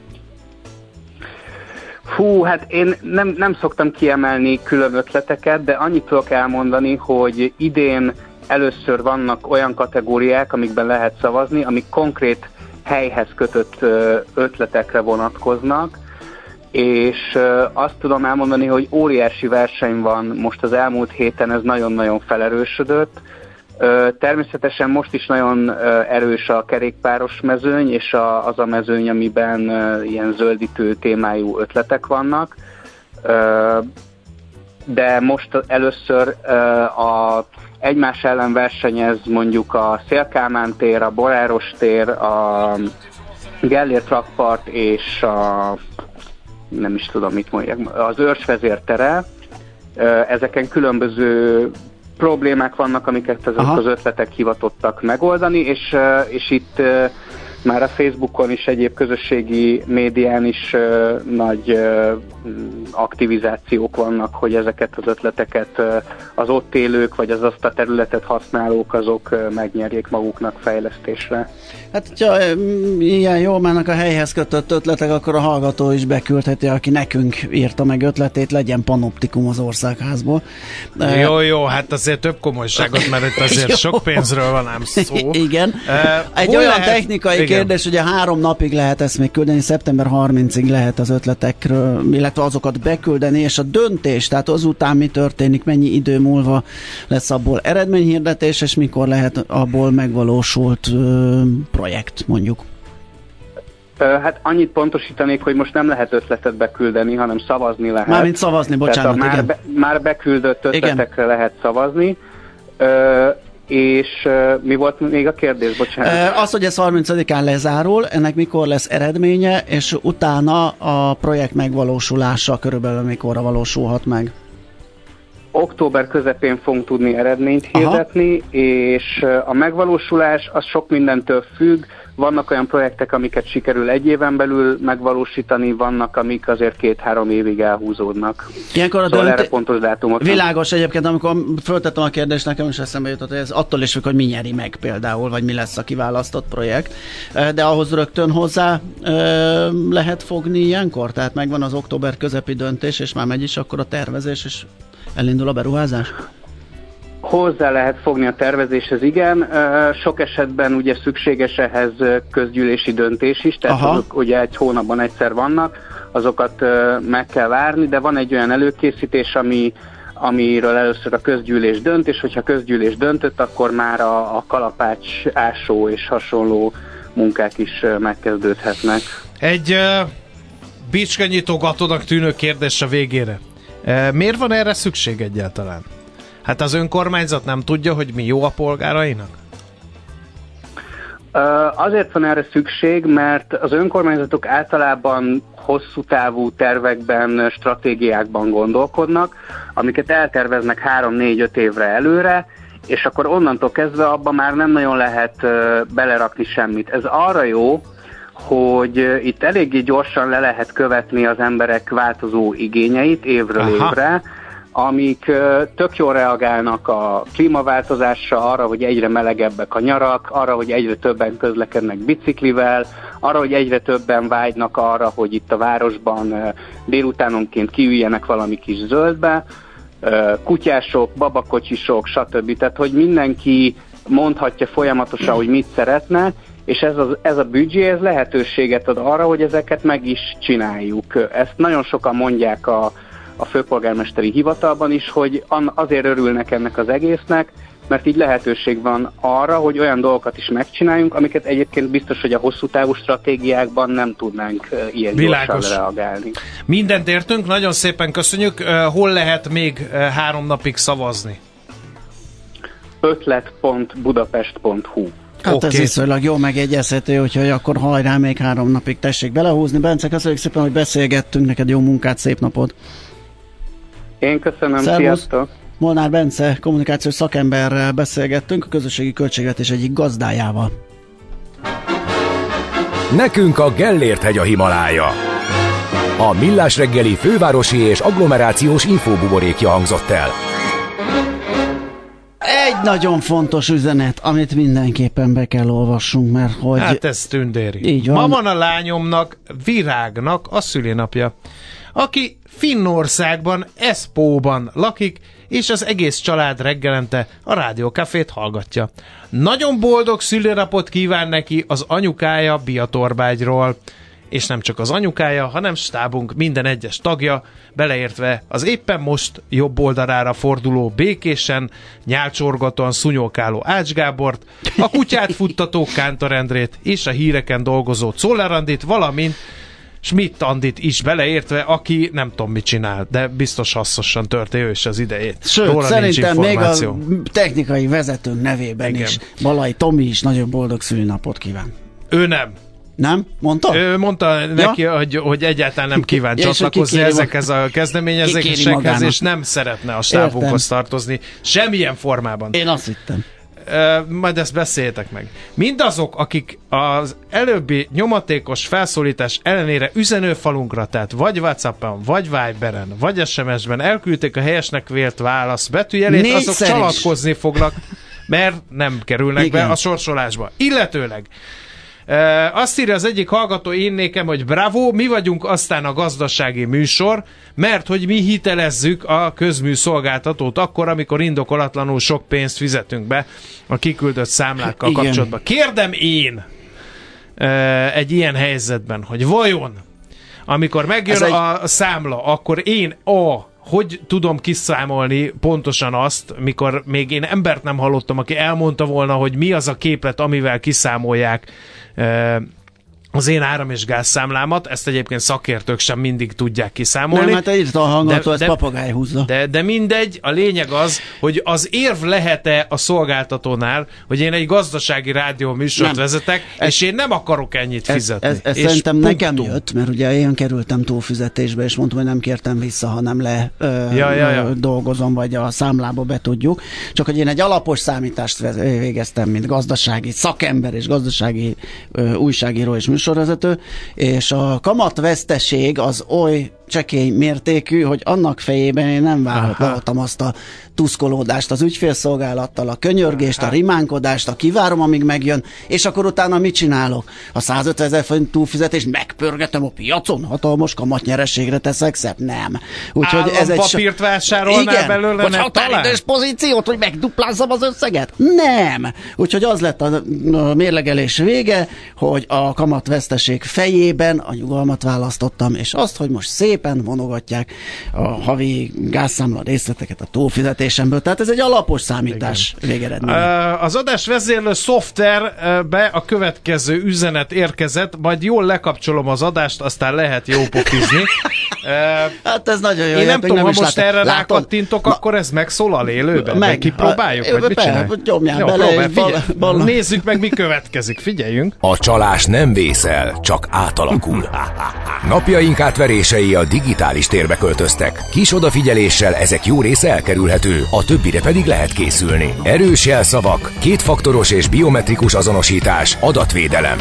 H: Hú, hát én nem, nem szoktam kiemelni külön ötleteket, de annyit tudok elmondani, hogy idén először vannak olyan kategóriák, amikben lehet szavazni, amik konkrét helyhez kötött ötletekre vonatkoznak, és azt tudom elmondani, hogy óriási verseny van most az elmúlt héten, ez nagyon-nagyon felerősödött. Természetesen most is nagyon erős a kerékpáros mezőny, és az a mezőny, amiben ilyen zöldítő témájú ötletek vannak. De most először a egymás ellen versenyez mondjuk a Széll-Kálmán tér, a Boráros tér, a Gellért rakpart és a nem is tudom mit mondjak, az Őrsvezér tere. Ezeken különböző problémák vannak, amiket ezek Aha. az ötletek hivatottak megoldani, és, és itt már a Facebookon is, egyéb közösségi médián is uh, nagy uh, aktivizációk vannak, hogy ezeket az ötleteket uh, az ott élők, vagy az azt a területet használók, azok uh, megnyerjék maguknak fejlesztésre.
C: Hát, ha ilyen jól mennek a helyhez kötött ötletek, akkor a hallgató is beküldheti, aki nekünk írta meg ötletét, legyen panoptikum az országházból.
G: Jó, jó, hát azért több komolyságot, mert itt azért sok pénzről van ám szó.
C: Igen. Uh, Egy olyan lehet... technikai Igen. kérdés, ugye három napig lehet ezt még küldeni, szeptember harmincadikáig lehet az ötletekről, illetve azokat beküldeni, és a döntés, tehát azután mi történik, mennyi idő múlva lesz abból eredményhirdetés, és mikor lehet abból megvalósult ö, projekt, mondjuk.
H: Hát annyit pontosítanék, hogy most nem lehet ötletet beküldeni, hanem szavazni lehet.
C: Mármint szavazni, bocsánat,
H: már,
C: igen.
H: Be, már beküldött ötletekre igen. lehet szavazni. Ö, és uh, mi volt még a kérdés, bocsánat?
C: Uh, az, hogy ez harmincadikán lezárul, ennek mikor lesz eredménye, és utána a projekt megvalósulása körülbelül mikorra valósulhat meg?
H: Október közepén fogunk tudni eredményt hirdetni, Aha. és a megvalósulás az sok mindentől függ. Vannak olyan projektek, amiket sikerül egy éven belül megvalósítani, vannak, amik azért két-három évig elhúzódnak.
C: Ilyenkor a
H: szóval
C: dönté...
H: erre pontos dátumot.
C: Világos egyébként, amikor föltettem a kérdést, nekem is eszembe jutott, hogy ez attól is függ, hogy mi nyeri meg például, vagy mi lesz a kiválasztott projekt. De ahhoz rögtön hozzá lehet fogni ilyenkor? Tehát megvan az október közepi döntés, és már megy is akkor a tervezés, és elindul a beruházás?
H: Hozzá lehet fogni a tervezéshez, igen. Sok esetben ugye szükséges ehhez közgyűlési döntés is, tehát azok ugye egy hónapban egyszer vannak, azokat meg kell várni, de van egy olyan előkészítés, ami, amiről először a közgyűlés dönt, és hogyha közgyűlés döntött, akkor már a, a kalapács, ásó és hasonló munkák is megkezdődhetnek.
G: Egy uh, bicskanyitogatónak tűnő kérdés a végére. Uh, miért van erre szükség egyáltalán? Hát az önkormányzat nem tudja, hogy mi jó a polgárainak?
H: Azért van erre szükség, mert az önkormányzatok általában hosszú távú tervekben, stratégiákban gondolkodnak, amiket elterveznek három-négy-öt évre előre, és akkor onnantól kezdve abban már nem nagyon lehet belerakni semmit. Ez arra jó, hogy itt eléggé gyorsan le lehet követni az emberek változó igényeit évről Aha. évre, amik tök jól reagálnak a klímaváltozásra, arra, hogy egyre melegebbek a nyarak, arra, hogy egyre többen közlekednek biciklivel, arra, hogy egyre többen vágynak arra, hogy itt a városban délutánonként kiüljenek valami kis zöldbe, kutyások, babakocsisok, stb. Tehát, hogy mindenki mondhatja folyamatosan, hogy mit szeretne, és ez, az, ez a büdzsé ez lehetőséget ad arra, hogy ezeket meg is csináljuk. Ezt nagyon sokan mondják a a főpolgármesteri hivatalban is, hogy azért örülnek ennek az egésznek, mert így lehetőség van arra, hogy olyan dolgokat is megcsináljunk, amiket egyébként biztos, hogy a hosszú távú stratégiákban nem tudnánk ilyen Világos. gyorsan reagálni.
G: Mindent értünk, nagyon szépen köszönjük. Hol lehet még három napig szavazni?
H: ötlet pont budapest pont hu
C: Hát okay. Ez viszonylag jó megegyezhető, úgyhogy akkor hajrá, még három napig tessék belehúzni. Bence, köszönjük szépen, hogy beszélgettünk, neked jó munkát, szép napot!
H: Én köszönöm,
C: Szervusz.
H: Sziasztok!
C: Molnár Bence kommunikációs szakemberrel beszélgettünk, a közösségi költségvetés egyik gazdájával.
A: Nekünk a Gellért-hegy a Himalája. A Millás reggeli fővárosi és agglomerációs infóbuborékja hangzott el.
C: Egy nagyon fontos üzenet, amit mindenképpen be kell olvassunk, mert hogy...
G: Hát ez tündéri. Így van. Ma van a lányomnak, Virágnak a szülinapja, aki Finnországban, Espóban lakik, és az egész család reggelente a rádiókafét hallgatja. Nagyon boldog szülinapot kíván neki az anyukája Biatorbágyról. És nem csak az anyukája, hanem stábunk minden egyes tagja, beleértve az éppen most jobb oldalára forduló békésen, nyálcsorgatóan szunyókáló Ács Gábort, a kutyát futtató Kántor Endrét és a híreken dolgozó Czoller Andit, valamint Schmidt Andit is beleértve, aki nem tudom mit csinál, de biztos hasznosan törte ő is az idejét.
C: Sőt,
G: Róla
C: szerintem még a technikai vezetőnk nevében
G: Igen.
C: is Balai Tomi is nagyon boldog szülinapot kíván.
G: Ő nem.
C: Nem? Mondta?
G: Ő mondta neki, ja? hogy, hogy egyáltalán nem kíván
C: ja,
G: csatlakozni ezekhez a kezdeményezésekhez, és nem szeretne a stábunkhoz tartozni semmilyen formában.
C: Én azt hittem.
G: Uh, majd ezt beszéljetek meg. Mindazok, akik az előbbi nyomatékos felszólítás ellenére üzenőfalunkra, tehát vagy WhatsAppon, vagy Viberen, vagy es em es-ben elküldték a helyesnek vélt válasz betűjelét,
C: Négyszer
G: azok
C: is.
G: csalatkozni fognak, mert nem kerülnek
C: Igen.
G: be a sorsolásba. Illetőleg Uh, azt írja az egyik hallgató én nékem, hogy bravo, mi vagyunk aztán a gazdasági műsor, mert hogy mi hitelezzük a közműszolgáltatót akkor, amikor indokolatlanul sok pénzt fizetünk be a kiküldött számlákkal
C: Igen.
G: kapcsolatban. Kérdem én uh, egy ilyen helyzetben, hogy vajon amikor megjön
C: egy...
G: a számla, akkor én a hogy tudom kiszámolni pontosan azt, mikor még én embert nem hallottam, aki elmondta volna, hogy mi az a képlet, amivel kiszámolják az én áram- és gázszámlámat. Ezt egyébként szakértők sem mindig tudják kiszámolni.
C: Nem, hát írta a hallgató, ezt
G: de,
C: papagáj húzza.
G: De, de mindegy, a lényeg az, hogy az érv lehet-e a szolgáltatónál, hogy én egy gazdasági rádió műsort nem. vezetek, ez, és én nem akarok ennyit
C: ez,
G: fizetni.
C: Ez, ez szerintem nekem jött, mert ugye én kerültem túlfizetésbe, és mondtam, hogy nem kértem vissza, hanem le ö,
G: ja, ja, ja.
C: Ö, dolgozom, vagy a számlába betudjuk. Csak hogy én egy alapos számítást végeztem, mint gazdasági szakember, és gazdasági ö, újságíró és műsorvezető, és a kamatveszteség az oly csekély mértékű, hogy annak fejében én nem vállaltam azt a tuszkolódást az ügyfélszolgálattal, a könyörgést, a rimánkodást, a kivárom, amíg megjön, és akkor utána mit csinálok? A százötvenezer forint túlfizetést megpörgetem a piacon, hatalmas kamatnyereségre teszek szebb? Nem. Úgyhogy ez egy
G: papírt vásárolnál
C: igen,
G: belőle,
C: vagy
G: nem
C: határidős pozíciót, hogy megduplázzam az összeget? Nem. Úgyhogy az lett a, a mérlegelés vége, hogy a kamatveszteség fejében a nyugalmat választottam, és azt, hogy most szépen vonogatják a havi gázszámla részleteket a túlfizetésemből. Tehát ez egy alapos számítás végeredmény.
G: Az adás vezérlő szoftverbe a következő üzenet érkezett, majd jól lekapcsolom az adást, aztán lehet jó pofizni.
C: Hát ez nagyon jó.
G: Én nem tudom, ha most
C: láttam.
G: erre
C: Látod?
G: rákattintok, akkor ez megszólal élőben?
C: Meg.
G: Kipróbáljuk, vagy mit csinálj?
C: Nyomjál
G: Jó,
C: bele.
G: próbál,
C: Bal, bal.
G: Nézzük meg, mi következik. Figyeljünk.
A: A csalás nem vészel, csak átalakul. Napjaink átverései a digitális térbe költöztek. Kis odafigyeléssel ezek jó része elkerülhető, a többire pedig lehet készülni. Erős jelszavak, kétfaktoros és biometrikus azonosítás, adatvédelem.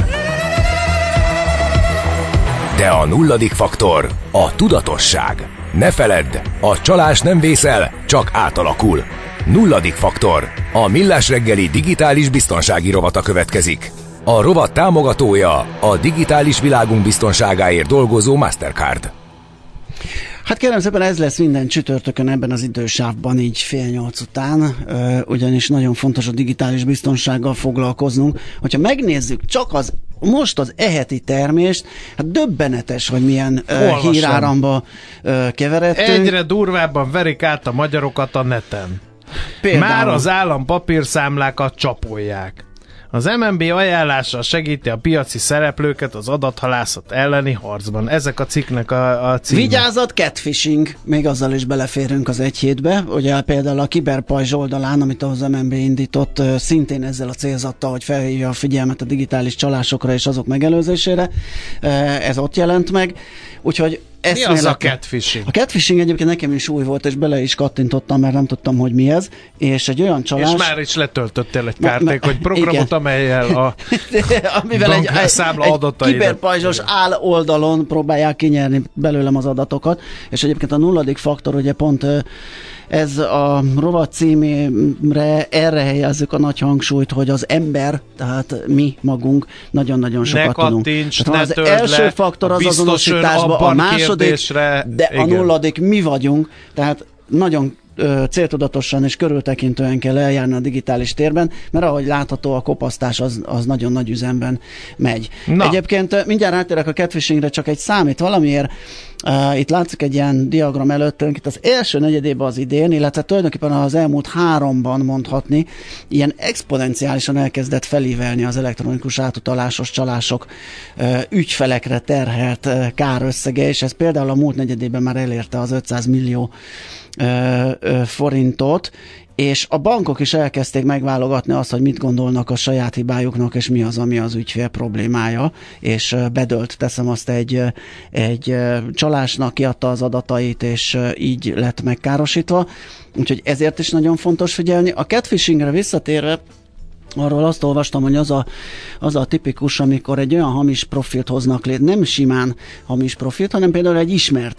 A: De a nulladik faktor a tudatosság. Ne feledd, a csalás nem vészel, csak átalakul. Nulladik faktor. A Millás reggeli digitális biztonsági rovata következik. A rovat támogatója a digitális világunk biztonságáért dolgozó Mastercard.
C: Hát kérem szépen, ez lesz minden csütörtökön ebben az idősávban, így fél nyolc után, ugyanis nagyon fontos a digitális biztonsággal foglalkoznunk. Hogyha megnézzük csak az most az eheti termést, hát döbbenetes, hogy milyen uh, híráramba uh, keveredtünk.
G: Egyre durvábban verik át a magyarokat a neten.
C: Például.
G: Már az állam papírszámlákat csapolják. Az em en bé ajánlással segíti a piaci szereplőket az adathalászat elleni harcban. Ezek a cikknek a, a címe.
C: Vigyázat, catfishing, még azzal is beleférünk az egy hétbe. Ugye például a Kiberpajzs oldalán, amit az em en bé indított, szintén ezzel a célzattal, hogy felhívja a figyelmet a digitális csalásokra és azok megelőzésére. Ez ott jelent meg. Úgyhogy
G: mi az a catfishing?
C: A catfishing egyébként nekem is új volt, és bele is kattintottam, mert nem tudtam, hogy mi ez. És egy olyan csalás...
G: És már is letöltöttél egy kárték, hogy programot, amelyel a
C: amivel egy,
G: számla
C: egy
G: adataidat.
C: kiberpajzsos áll oldalon próbálják kinyerni belőlem az adatokat, és egyébként a nulladik faktor, ugye pont ez a rovat címére erre helyezzük a nagy hangsúlyt, hogy az ember, tehát mi magunk nagyon-nagyon sokat
G: ne
C: tudunk.
G: Kattints,
C: Tehát,
G: ne
C: az első
G: le,
C: faktor az azonosításban, a második, de
G: igen.
C: a nulladik mi vagyunk, tehát nagyon ö, céltudatosan és körültekintően kell eljárni a digitális térben, mert ahogy látható, a kopasztás az, az nagyon nagy üzemben megy. Na. Egyébként mindjárt átérek a catfishingre, csak egy számít valamiért. Uh, itt látszik egy ilyen diagram előttünk, itt az első negyedében az idén, illetve tulajdonképpen az elmúlt háromban mondhatni, ilyen exponenciálisan elkezdett felívelni az elektronikus átutalásos csalások uh, ügyfelekre terhelt uh, kárösszege, és ez például a múlt negyedében már elérte az ötszáz millió uh, uh, forintot, és a bankok is elkezdték megválogatni azt, hogy mit gondolnak a saját hibájuknak, és mi az, ami az ügyfél problémája, és bedölt, teszem azt, egy, egy csalásnak kiadta az adatait, és így lett megkárosítva. Úgyhogy ezért is nagyon fontos figyelni. A catfishingre visszatérve, arról azt olvastam, hogy az a, az a tipikus, amikor egy olyan hamis profilt hoznak létre, nem simán hamis profilt, hanem például egy ismert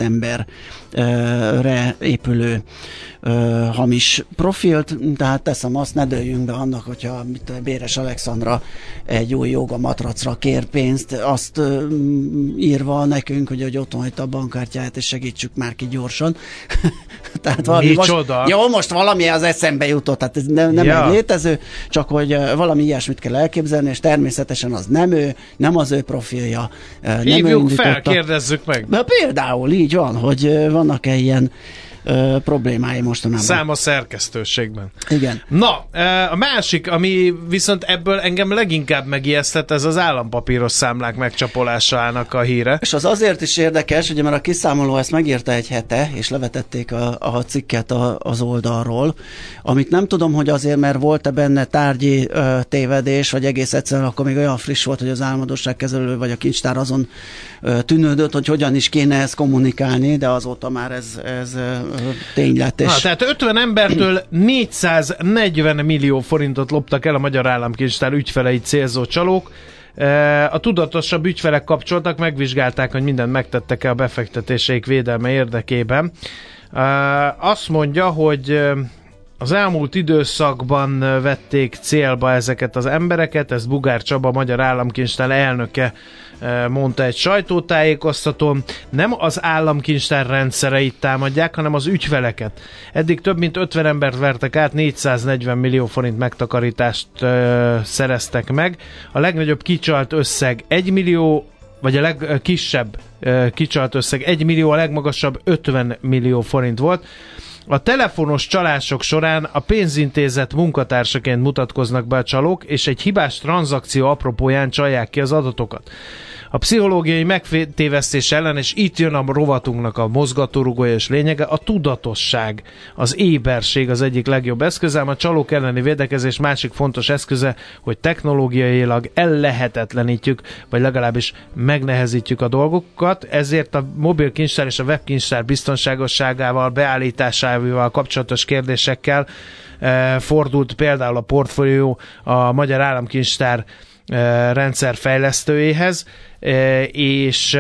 C: emberre épülő ö, hamis profilt, tehát teszem azt, ne dőljünk be annak, hogyha mit, Béres Alexandra egy új jóga matracra kér pénzt, azt ö, írva nekünk, hogy, hogy otthon hagyta a bankkártyáját, és segítsük már ki gyorsan. Tehát valami most, jó, most valami az eszembe jutott, tehát ez nem, nem ja. egy létező, csak hogy valami ilyesmit kell elképzelni, és természetesen az nem ő, nem az ő profilja.
G: Hívjuk fel, kérdezzük meg.
C: De például így van, hogy vannak-e ilyen ö, problémái mostanában.
G: Szám a szerkesztőségben.
C: Igen.
G: Na, a másik, ami viszont ebből engem leginkább megijesztett, ez az állampapíros számlák megcsapolásának a híre.
C: És az azért is érdekes, ugye, mert a kiszámoló ezt megírta egy hete, és levetették a, a cikket a, az oldalról, amit nem tudom, hogy azért, mert volt-e benne tárgyi ö, tévedés, vagy egész egyszerűen akkor még olyan friss volt, hogy az államadósságkezelő vagy a kincstár azon ö, tűnődött, hogy hogyan is kéne ezt kommunikálni, de azóta már ez, ez ö, tény lett. És...
G: Na, tehát ötven embertől négyszáznegyven millió forintot loptak el a Magyar Államkincstár ügyfeleit célzó csalók. A tudatosabb ügyfelek kapcsoltak, megvizsgálták, hogy mindent megtettek-e a befektetéseik védelme érdekében. Azt mondja, hogy az elmúlt időszakban vették célba ezeket az embereket, ezt Bugár Csaba, Magyar Államkincstár elnöke mondta egy sajtótájékoztatón. Nem az államkincstár rendszereit támadják, hanem az ügyfeleket. Eddig több mint ötven embert vertek át, négyszáznegyven millió forint megtakarítást ö, szereztek meg. A legnagyobb kicsalt összeg egy millió, vagy a legkisebb ö, kicsalt összeg egy millió, a legmagasabb ötven millió forint volt. A telefonos csalások során a pénzintézet munkatársaként mutatkoznak be a csalók, és egy hibás tranzakció apropóján csalják ki az adatokat. A pszichológiai megtévesztés ellen, és itt jön a rovatunknak a mozgatórugója és lényege, a tudatosság, az éberség az egyik legjobb eszköze, a csalók elleni védekezés másik fontos eszköze, hogy technológiailag ellehetetlenítjük, vagy legalábbis megnehezítjük a dolgokat, ezért a mobil kincstár és a webkincstár biztonságosságával, beállításával kapcsolatos kérdésekkel eh, fordult például a portfólió a Magyar Államkincstár rendszerfejlesztőjéhez, és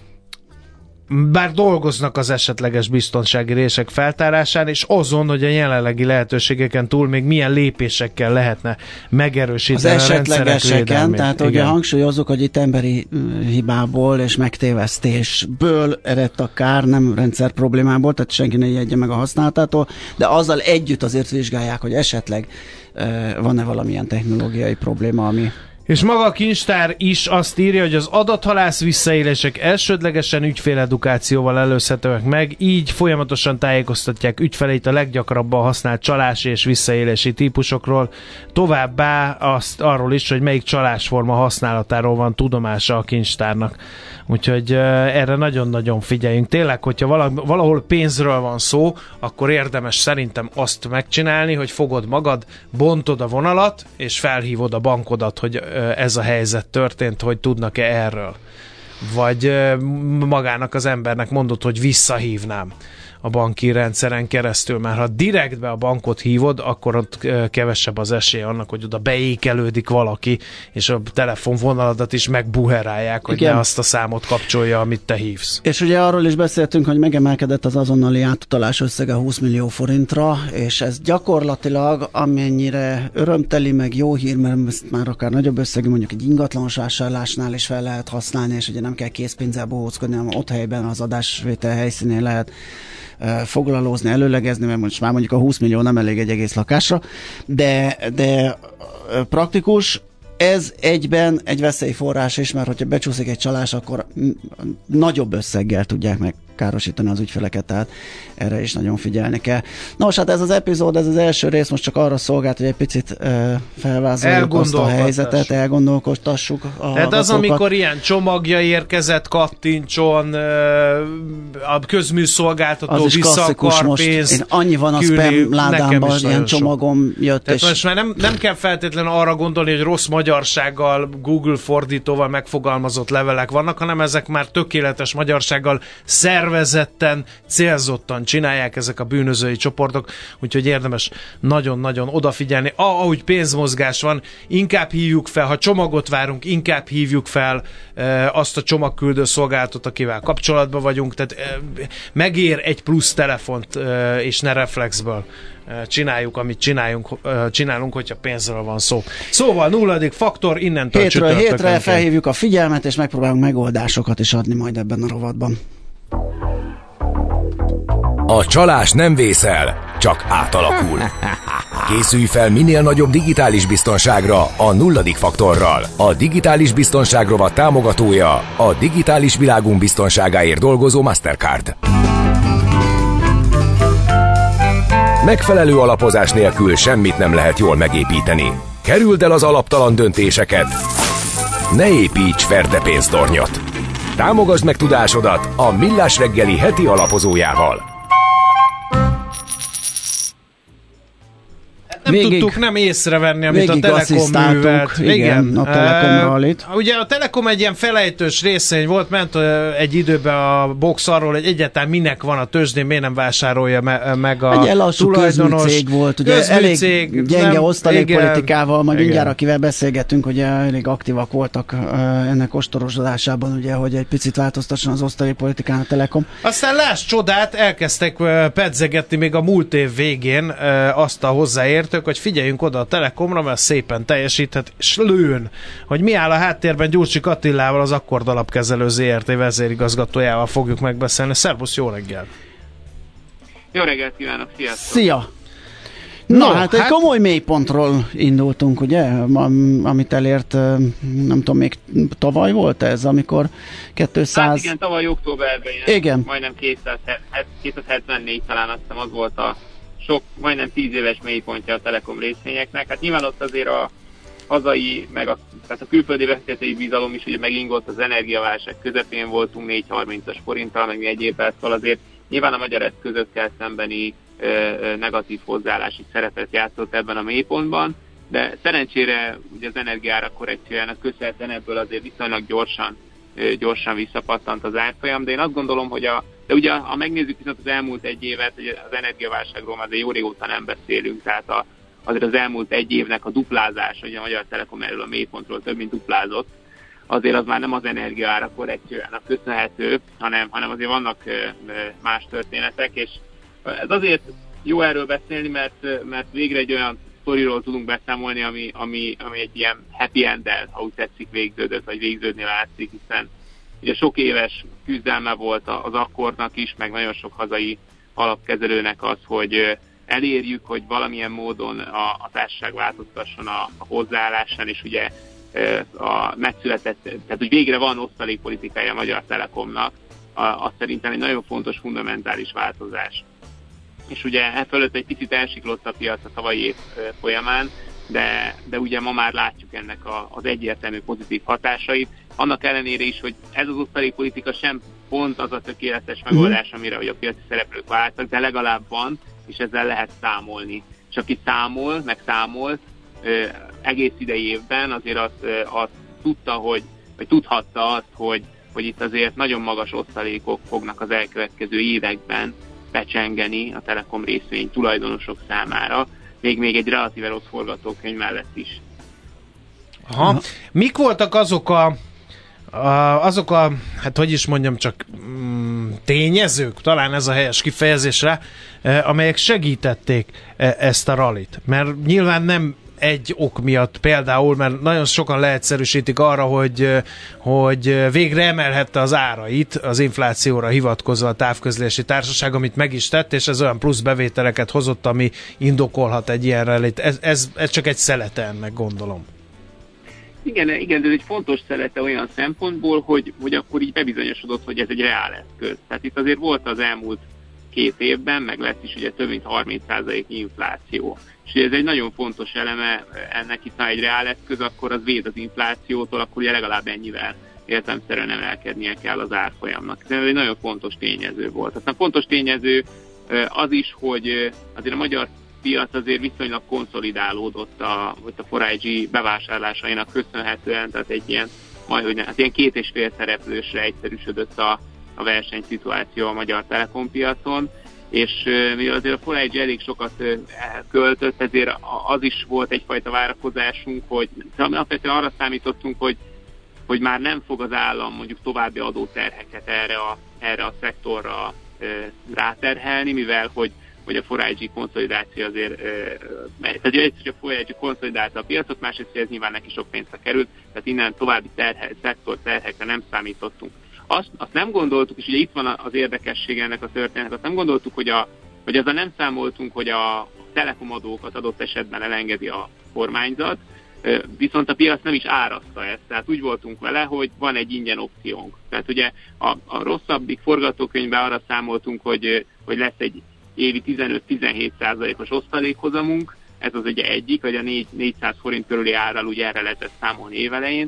G: bár dolgoznak az esetleges biztonsági rések feltárásán, és azon, hogy a jelenlegi lehetőségeken túl még milyen lépésekkel lehetne megerősíteni
C: az
G: a rendszerek védelmét.
C: Tehát
G: igen.
C: ugye hangsúlyozzuk, hogy itt emberi hibából és megtévesztésből eredt a kár, nem rendszer problémából, tehát senki ne ijedje meg a használatától, de azzal együtt azért vizsgálják, hogy esetleg van-e valamilyen technológiai probléma, ami...
G: És maga a kincstár is azt írja, hogy az adathalász visszaélések elsődlegesen ügyféledukációval előzhetőek meg, így folyamatosan tájékoztatják ügyfeleit a leggyakrabban használt csalási és visszaélési típusokról, továbbá azt arról is, hogy melyik csalásforma használatáról van tudomása a kincstárnak. Úgyhogy uh, erre nagyon-nagyon figyeljünk. Tényleg, hogyha valahol pénzről van szó, akkor érdemes szerintem azt megcsinálni, hogy fogod magad, bontod a vonalat, és felhívod a bankodat, hogy uh, ez a helyzet történt, hogy tudnak-e erről. Vagy uh, magának az embernek mondod, hogy visszahívnám a banki rendszeren keresztül, mert ha direktbe a bankot hívod, akkor ott kevesebb az esély annak, hogy oda beékelődik valaki, és a telefonvonaladat is megbuherálják, hogy igen, ne azt a számot kapcsolja, amit te hívsz.
C: És ugye arról is beszéltünk, hogy megemelkedett az azonnali átutalás összege húsz millió forintra, és ez gyakorlatilag amennyire örömteli, meg jó hír, mert ezt már akár nagyobb összegű, mondjuk egy ingatlanos vásárlásnál is fel lehet használni, és ugye nem kell készpénzzel bohóckodni, hanem ott helyben az adásvétel helyszínén lehet foglalózni, előlegezni, mert most már mondjuk a húsz millió nem elég egy egész lakásra, de, de praktikus. Ez egyben egy veszélyforrás is, mert hogyha becsúszik egy csalás, akkor nagyobb összeggel tudják megkárosítani az ügyfeleket, tehát erre is nagyon figyelni kell. Nos, hát ez az epizód, ez az első rész most csak arra szolgált, hogy egy picit uh, felvázoljuk azt a helyzetet, elgondolkodtassuk a
G: Tehát az, amikor ilyen csomagja érkezett, kattintson, a közműszolgáltató vissza akar pénzt.
C: Én annyi van a spam ládámban, ilyen csomagom jött.
G: Tehát és... most már nem, nem kell feltétlenül arra gondolni, hogy rossz magyarsággal, Google fordítóval megfogalmazott levelek vannak, hanem ezek már tökéletes magyarsággal szervezetten, célzottan csinálják ezek a bűnözői csoportok, úgyhogy érdemes nagyon-nagyon odafigyelni. Ahogy pénzmozgás van, inkább hívjuk fel, ha csomagot várunk, inkább hívjuk fel e, azt a csomagküldő szolgáltatót, akivel kapcsolatban vagyunk, tehát e, megér egy plusz telefont, e, és ne reflexből csináljuk, amit csináljunk, csinálunk, hogyha pénzről van szó. Szóval nulladik faktor, innentől
C: hétről hétre felhívjuk a figyelmet, és megpróbálunk megoldásokat is adni majd ebben a rovatban.
A: A csalás nem vészel, csak átalakul. Készülj fel minél nagyobb digitális biztonságra a nulladik faktorral. A digitális biztonság rovat támogatója a digitális világunk biztonságáért dolgozó Mastercard. Megfelelő alapozás nélkül semmit nem lehet jól megépíteni. Kerüld el az alaptalan döntéseket. Ne építs ferde pénztornyot. Támogasd meg tudásodat a Millás reggeli heti alapozójával.
G: Nem végig, tudtuk nem észrevenni, amit a Telekom művelt.
C: Igen, igen, a Telekomra alit.
G: Uh, ugye a Telekom egy ilyen felejtős részény volt, ment uh, egy időben a box arról, hogy egyáltalán minek van a tőzsdén, miért nem vásárolja me- meg a
C: egy elassú közműcég volt, ugye
G: közműcég,
C: elég gyenge osztalékpolitikával, majd
G: igen.
C: mindjárt akivel beszélgetünk, ugye elég aktívak voltak uh, ennek ostorozásában, ugye, hogy egy picit változtasson az osztalékpolitikán a Telekom.
G: Aztán láss csodát, elkezdtek uh, pedzegetni még a múlt év végén uh, azt a hozzáért, hogy figyeljünk oda a Telekomra, mert szépen teljesíthet, és lőn, hogy mi áll a háttérben. Gyurcsik Attilával, az Akkord Alapkezelő zé er té vezérigazgatójával fogjuk megbeszélni. Szervusz, jó reggel!
H: Jó reggelt kívánok, sziasztok!
C: Szia! Na, no, hát egy hát... komoly mélypontról indultunk, ugye, amit elért, nem tudom, még tavaly volt ez, amikor kétszáz...
H: Hát igen, tavaly októberben,
C: igen.
H: Majdnem kétszázhetvennégy talán, azt hiszem, az volt a sok, majdnem tíz éves mélypontja a Telekom részvényeknek. Hát nyilván ott azért a hazai, meg a, tehát a külföldi befektetői bizalom is ugye megingott, az energiaválság közepén voltunk, négy harmincas forinttal, meg egy évvel, szóval azért nyilván a magyar eszközökkel szembeni ö, ö, negatív hozzáállási szerepet játszott ebben a mélypontban, de szerencsére ugye az energiárak korrekciójának köszönhetően ebből azért viszonylag gyorsan, ö, gyorsan visszapattant az árfolyam, de én azt gondolom, hogy a De ugye, ha megnézzük viszont az elmúlt egy évet, az energiaválságról már jó régóta nem beszélünk, tehát a, azért az elmúlt egy évnek a duplázás, hogy a Magyar Telekom erről a mélypontról több mint duplázott, azért az már nem az energiaára korrekciójának köszönhető, hanem, hanem azért vannak más történetek, és ez azért jó erről beszélni, mert, mert végre egy olyan sztoriról tudunk beszámolni, ami, ami, ami egy ilyen happy end-el, ha úgy tetszik, végződött, vagy végződni látszik, hiszen ugye sok éves küzdelme volt az Akkordnak is, meg nagyon sok hazai alapkezelőnek az, hogy elérjük, hogy valamilyen módon a, a társaság változtasson a, a hozzáállásán, és ugye a megszületett, tehát hogy végre van osztalékpolitikája a Magyar Telekomnak, az szerintem egy nagyon fontos, fundamentális változás. És ugye e fölött egy picit elsiklott a piac a tavalyi év folyamán, de, de ugye ma már látjuk ennek a, az egyértelmű pozitív hatásait. Annak ellenére is, hogy ez az osztalékpolitika sem pont az a tökéletes megoldás, amire hogy a piaci szereplők váltak, de legalább van, és ezzel lehet számolni. És aki számol, meg számolt egész idei évben, azért azt, azt tudta, hogy, vagy tudhatta azt, hogy, hogy itt azért nagyon magas osztalékok fognak az elkövetkező években becsengeni a Telekom részvény tulajdonosok számára, még, még egy relatíve rossz forgatókönyv mellett is.
G: Aha. Mik voltak azok a, a azok a, hát hogy is mondjam, csak mm, tényezők, talán ez a helyes kifejezésre, eh, amelyek segítették eh, ezt a rallit? Mert nyilván nem egy ok miatt például, mert nagyon sokan leegyszerűsítik arra, hogy, hogy végre emelhette az árait az inflációra hivatkozva a távközlési társaság, amit meg is tett, és ez olyan plusz bevételeket hozott, ami indokolhat egy ilyen relét. Ez, ez, ez csak egy szelete ennek, gondolom.
I: Igen, igen, de ez egy fontos szelete olyan szempontból, hogy, hogy akkor így bebizonyosodott, hogy ez egy reál eszköz. Tehát itt azért volt az elmúlt két évben, meg lesz is ugye több mint harminc százaléknyi infláció. És ez egy nagyon fontos eleme ennek, itt ha egy reál eszköz, akkor az véd az inflációtól, akkor ugye legalább ennyivel értelemszerűen emelkednie kell az árfolyamnak. Ez egy nagyon fontos tényező volt. Aztán fontos tényező az is, hogy azért a magyar piac azért viszonylag konszolidálódott a, a négy G bevásárlásainak köszönhetően, tehát egy ilyen, majdhogy nem, hát ilyen két és fél szereplősre egyszerűsödött a, a versenyszituáció a magyar telekompiacon, és mivel azért a négy G elég sokat költött, ezért az is volt egyfajta várakozásunk, hogy alapvetően arra számítottunk, hogy, hogy már nem fog az állam mondjuk további adóterheket erre a, erre a szektorra ráterhelni, mivel hogy hogy a négy G konszolidáció azért, tehát egyrészt, hogy a négy G konszolidálta a piacot, másrészt, hogy ez nyilván neki sok pénzbe került, tehát innen további terhe, szektor terhekre nem számítottunk. Azt, azt nem gondoltuk, és ugye itt van az érdekesség ennek a történetnek, azt nem gondoltuk, hogy, a, hogy azzal nem számoltunk, hogy a telekomadókat adott esetben elengedi a kormányzat, viszont a piac nem is árazta ezt, tehát úgy voltunk vele, hogy van egy ingyen opciónk. Tehát ugye a, a rosszabbik forgatókönyvben arra számoltunk, hogy, hogy lesz egy évi tizenöt-tizenhét százalékos osztalékhozamunk, ez az ugye egyik, hogy a négyszáz forint körüli árral ugye erre lehetett számolni évelején.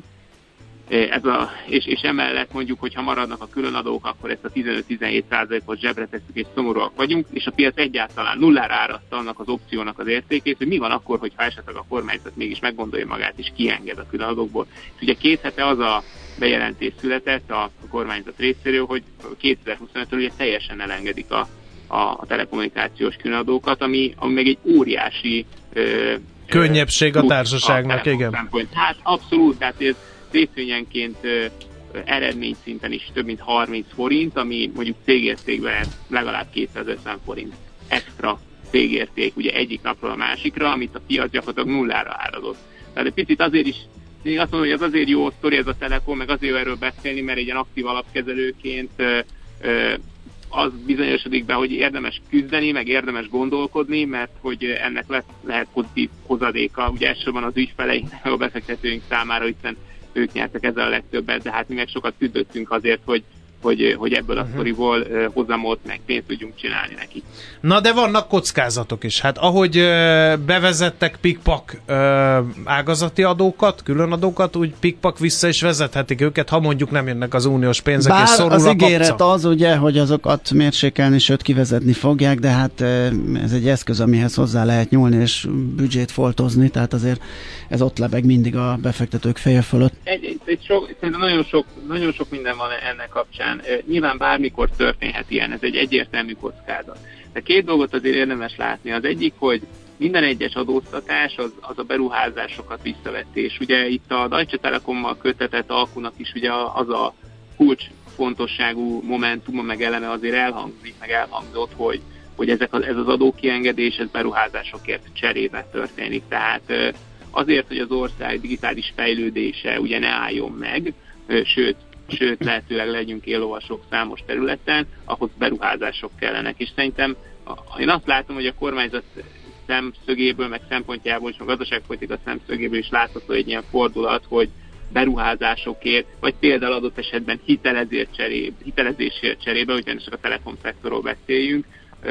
I: Ez a, és, és emellett mondjuk, hogyha maradnak a különadók, akkor ezt a tizenöt-tizenhét százalékos zsebre tesszük, és szomorúak vagyunk, és a piac egyáltalán nullára árazta annak az opciónak az értékét, hogy mi van akkor, hogyha esetleg a kormányzat mégis meggondolja magát, és kienged a különadókból. És ugye két hete az a bejelentés született a kormányzat részéről, hogy kétezer-huszonöttől ugye teljesen elengedik a a telekommunikációs különadókat, ami, ami meg egy óriási ö,
G: könnyebbség a társaságnak, a igen.
I: Szempont. Hát abszolút, tehát ez részvényenként ö, eredmény szinten is több mint harminc forint, ami mondjuk cégértékben legalább kétszázötven forint extra cégérték, ugye egyik napról a másikra, amit a piac gyakorlatilag nullára árazott. Tehát egy picit azért is, én azt mondom, hogy az azért jó sztori ez a Telekom, meg azért jó erről beszélni, mert egy ilyen aktív alapkezelőként ö, ö, az bizonyosodik be, hogy érdemes küzdeni, meg érdemes gondolkodni, mert hogy ennek lesz, lehet pozitív hozadéka, ugye elsősorban az ügyfeleinknek, a befektetőink számára, hiszen ők nyertek ezzel a legtöbbet, de hát mi meg sokat küzdöttünk azért, hogy hogy, hogy ebből a sztoriból uh, hozamot meg pénzt tudjunk csinálni neki.
G: Na de vannak kockázatok is. Hát ahogy uh, bevezettek pikpak uh, ágazati adókat, külön adókat, úgy pikpak vissza is vezethetik őket, ha mondjuk nem jönnek az uniós pénzek,
C: bár
G: és szorul
C: az
G: a
C: ígéret
G: kapca.
C: az ugye, hogy azokat mérsékelni, sőt kivezetni fogják, de hát ez egy eszköz, amihez hozzá lehet nyúlni, és büdzsét foltozni, tehát azért ez ott lebeg mindig a befektetők feje fölött.
I: Egy, egy, egy sok, szerintem nagyon sok, nagyon sok minden van ennek kapcsán. Nyilván bármikor történhet ilyen, ez egy egyértelmű kockázat. De két dolgot azért érdemes látni. Az egyik, hogy minden egyes adóztatás az, az a beruházásokat visszaveti. És ugye itt a Deutsche Telekommal kötetett alkunak is ugye az a kulcsfontosságú momentuma meg eleme azért elhangzik, meg elhangzott, hogy, hogy ezek az, ez az adókiengedés, ez beruházásokért cserébe történik. Tehát azért, hogy az ország digitális fejlődése ugye ne álljon meg, sőt, sőt lehetőleg legyünk éllovasok számos területen, ahhoz beruházások kellenek. És szerintem én azt látom, hogy a kormányzat szemszögéből, meg szempontjából, és a gazdaságpolitika szemszögéből is látható egy ilyen fordulat, hogy beruházásokért, vagy például adott esetben hitelezért cserébe, hitelezésért cserébe, ugyanis a telekom szektorról beszéljünk,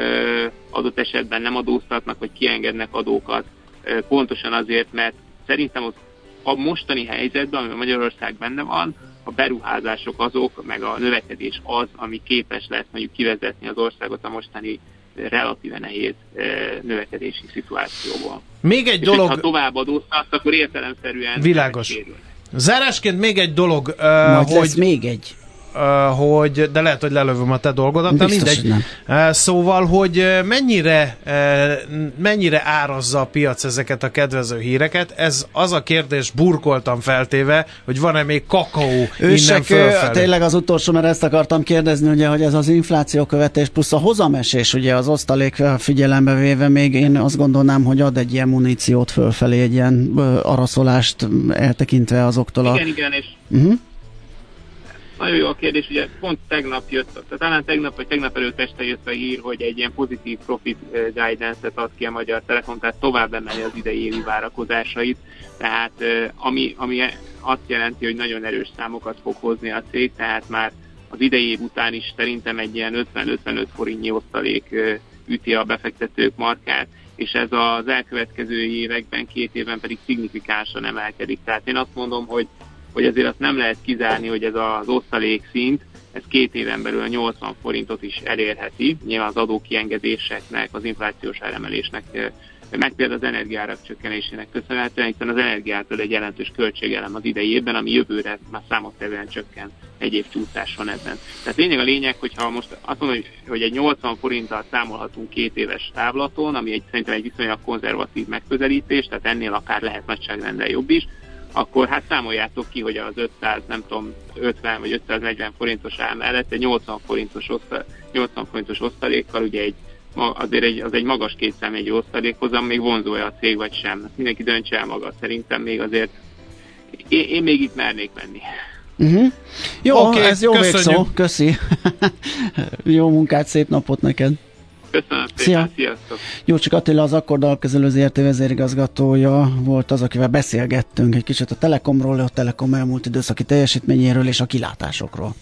I: adott esetben nem adóztatnak, vagy kiengednek adókat, pontosan azért, mert szerintem az a mostani helyzetben, amiben Magyarország benne van, a beruházások azok, meg a növekedés az, ami képes lesz mondjuk kivezetni az országot a mostani relatíve nehéz növekedési szituációból.
G: Még egy
I: és
G: dolog...
I: ha tovább adóztatsz, akkor értelemszerűen
G: világos. Zárásként még egy dolog, uh,
C: Majd
G: hogy...
C: lesz még egy.
G: hogy, de lehet, hogy lelövöm a te dolgodat, de mindegy. Szóval, hogy mennyire, mennyire árazza a piac ezeket a kedvező híreket, ez az a kérdés burkoltam feltéve, hogy van-e még kakaó innen fölfelé.
C: Tényleg az utolsó, mert ezt akartam kérdezni, ugye, hogy ez az inflációkövetés plusz a hozamesés, ugye az osztalék figyelembe véve még én azt gondolnám, hogy ad egy ilyen muníciót fölfelé, egy ilyen araszolást eltekintve azoktól a...
I: Igen, igen, és
C: uh-huh.
I: nagyon jó a kérdés, ugye pont tegnap jött, tehát talán tegnap vagy tegnap előtt este jött a hír, hogy egy ilyen pozitív profit guidance-et ad ki a Magyar Telekom, tehát tovább emeli az idei évi várakozásait, tehát ami, ami azt jelenti, hogy nagyon erős számokat fog hozni a cég, tehát már az idei év után is szerintem egy ilyen ötven-ötvenöt forintnyi osztalék üti a befektetők markát, és ez az elkövetkező években, két évben pedig szignifikánsan emelkedik. Tehát én azt mondom, hogy, hogy azért azt nem lehet kizárni, hogy ez az osztalék szint, ez két éven belül a nyolcvan forintot is elérheti. Nyilván az adókiengedéseknek, az inflációs áremelésnek, meg például az energiárak csökkenésének köszönhetően, hiszen az energiától egy jelentős költségelem az idei évben, ami jövőre már számottevően csökken, egy év csúszás van ebben. Tehát lényeg a lényeg, hogyha most azt mondom, hogy egy nyolcvan forinttal számolhatunk két éves távlaton, ami egy, szerintem egy viszonylag konzervatív megközelítés, tehát ennél akár lehet nagyságrendel jobb is, akkor hát számoljátok ki, hogy az ötszáz, nem tudom, ötven vagy ötszáznegyven forintos ár mellett egy nyolcvan forintos, osztal, nyolcvan forintos osztalékkal ugye egy azért egy, az egy magas kétszámjegyű osztalékhozam, még vonzója a cég, vagy sem. Mindenki döntse el maga, szerintem még azért én, én még itt mernék menni.
C: Uh-huh. Jó,
G: okay,
C: ez jó végszó, köszi. Jó munkát, szép napot neked.
I: Köszönöm szépen,
C: Szia.
I: Sziasztok.
C: Gyurcsik Attila, az Akkord Alapkezelő zé er té vezérigazgatója volt az, akivel beszélgettünk egy kicsit a Telekomról, a Telekom elmúlt időszaki teljesítményéről és a kilátásokról.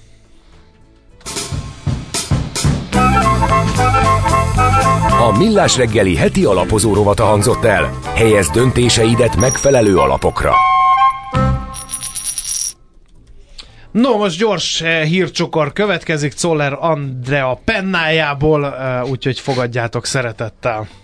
A: A Millás reggeli heti alapozó rovata hangzott el. Helyezd döntéseidet megfelelő alapokra.
G: No, most gyors hírcsokor következik Czoller Andrea pennájából, úgyhogy fogadjátok szeretettel.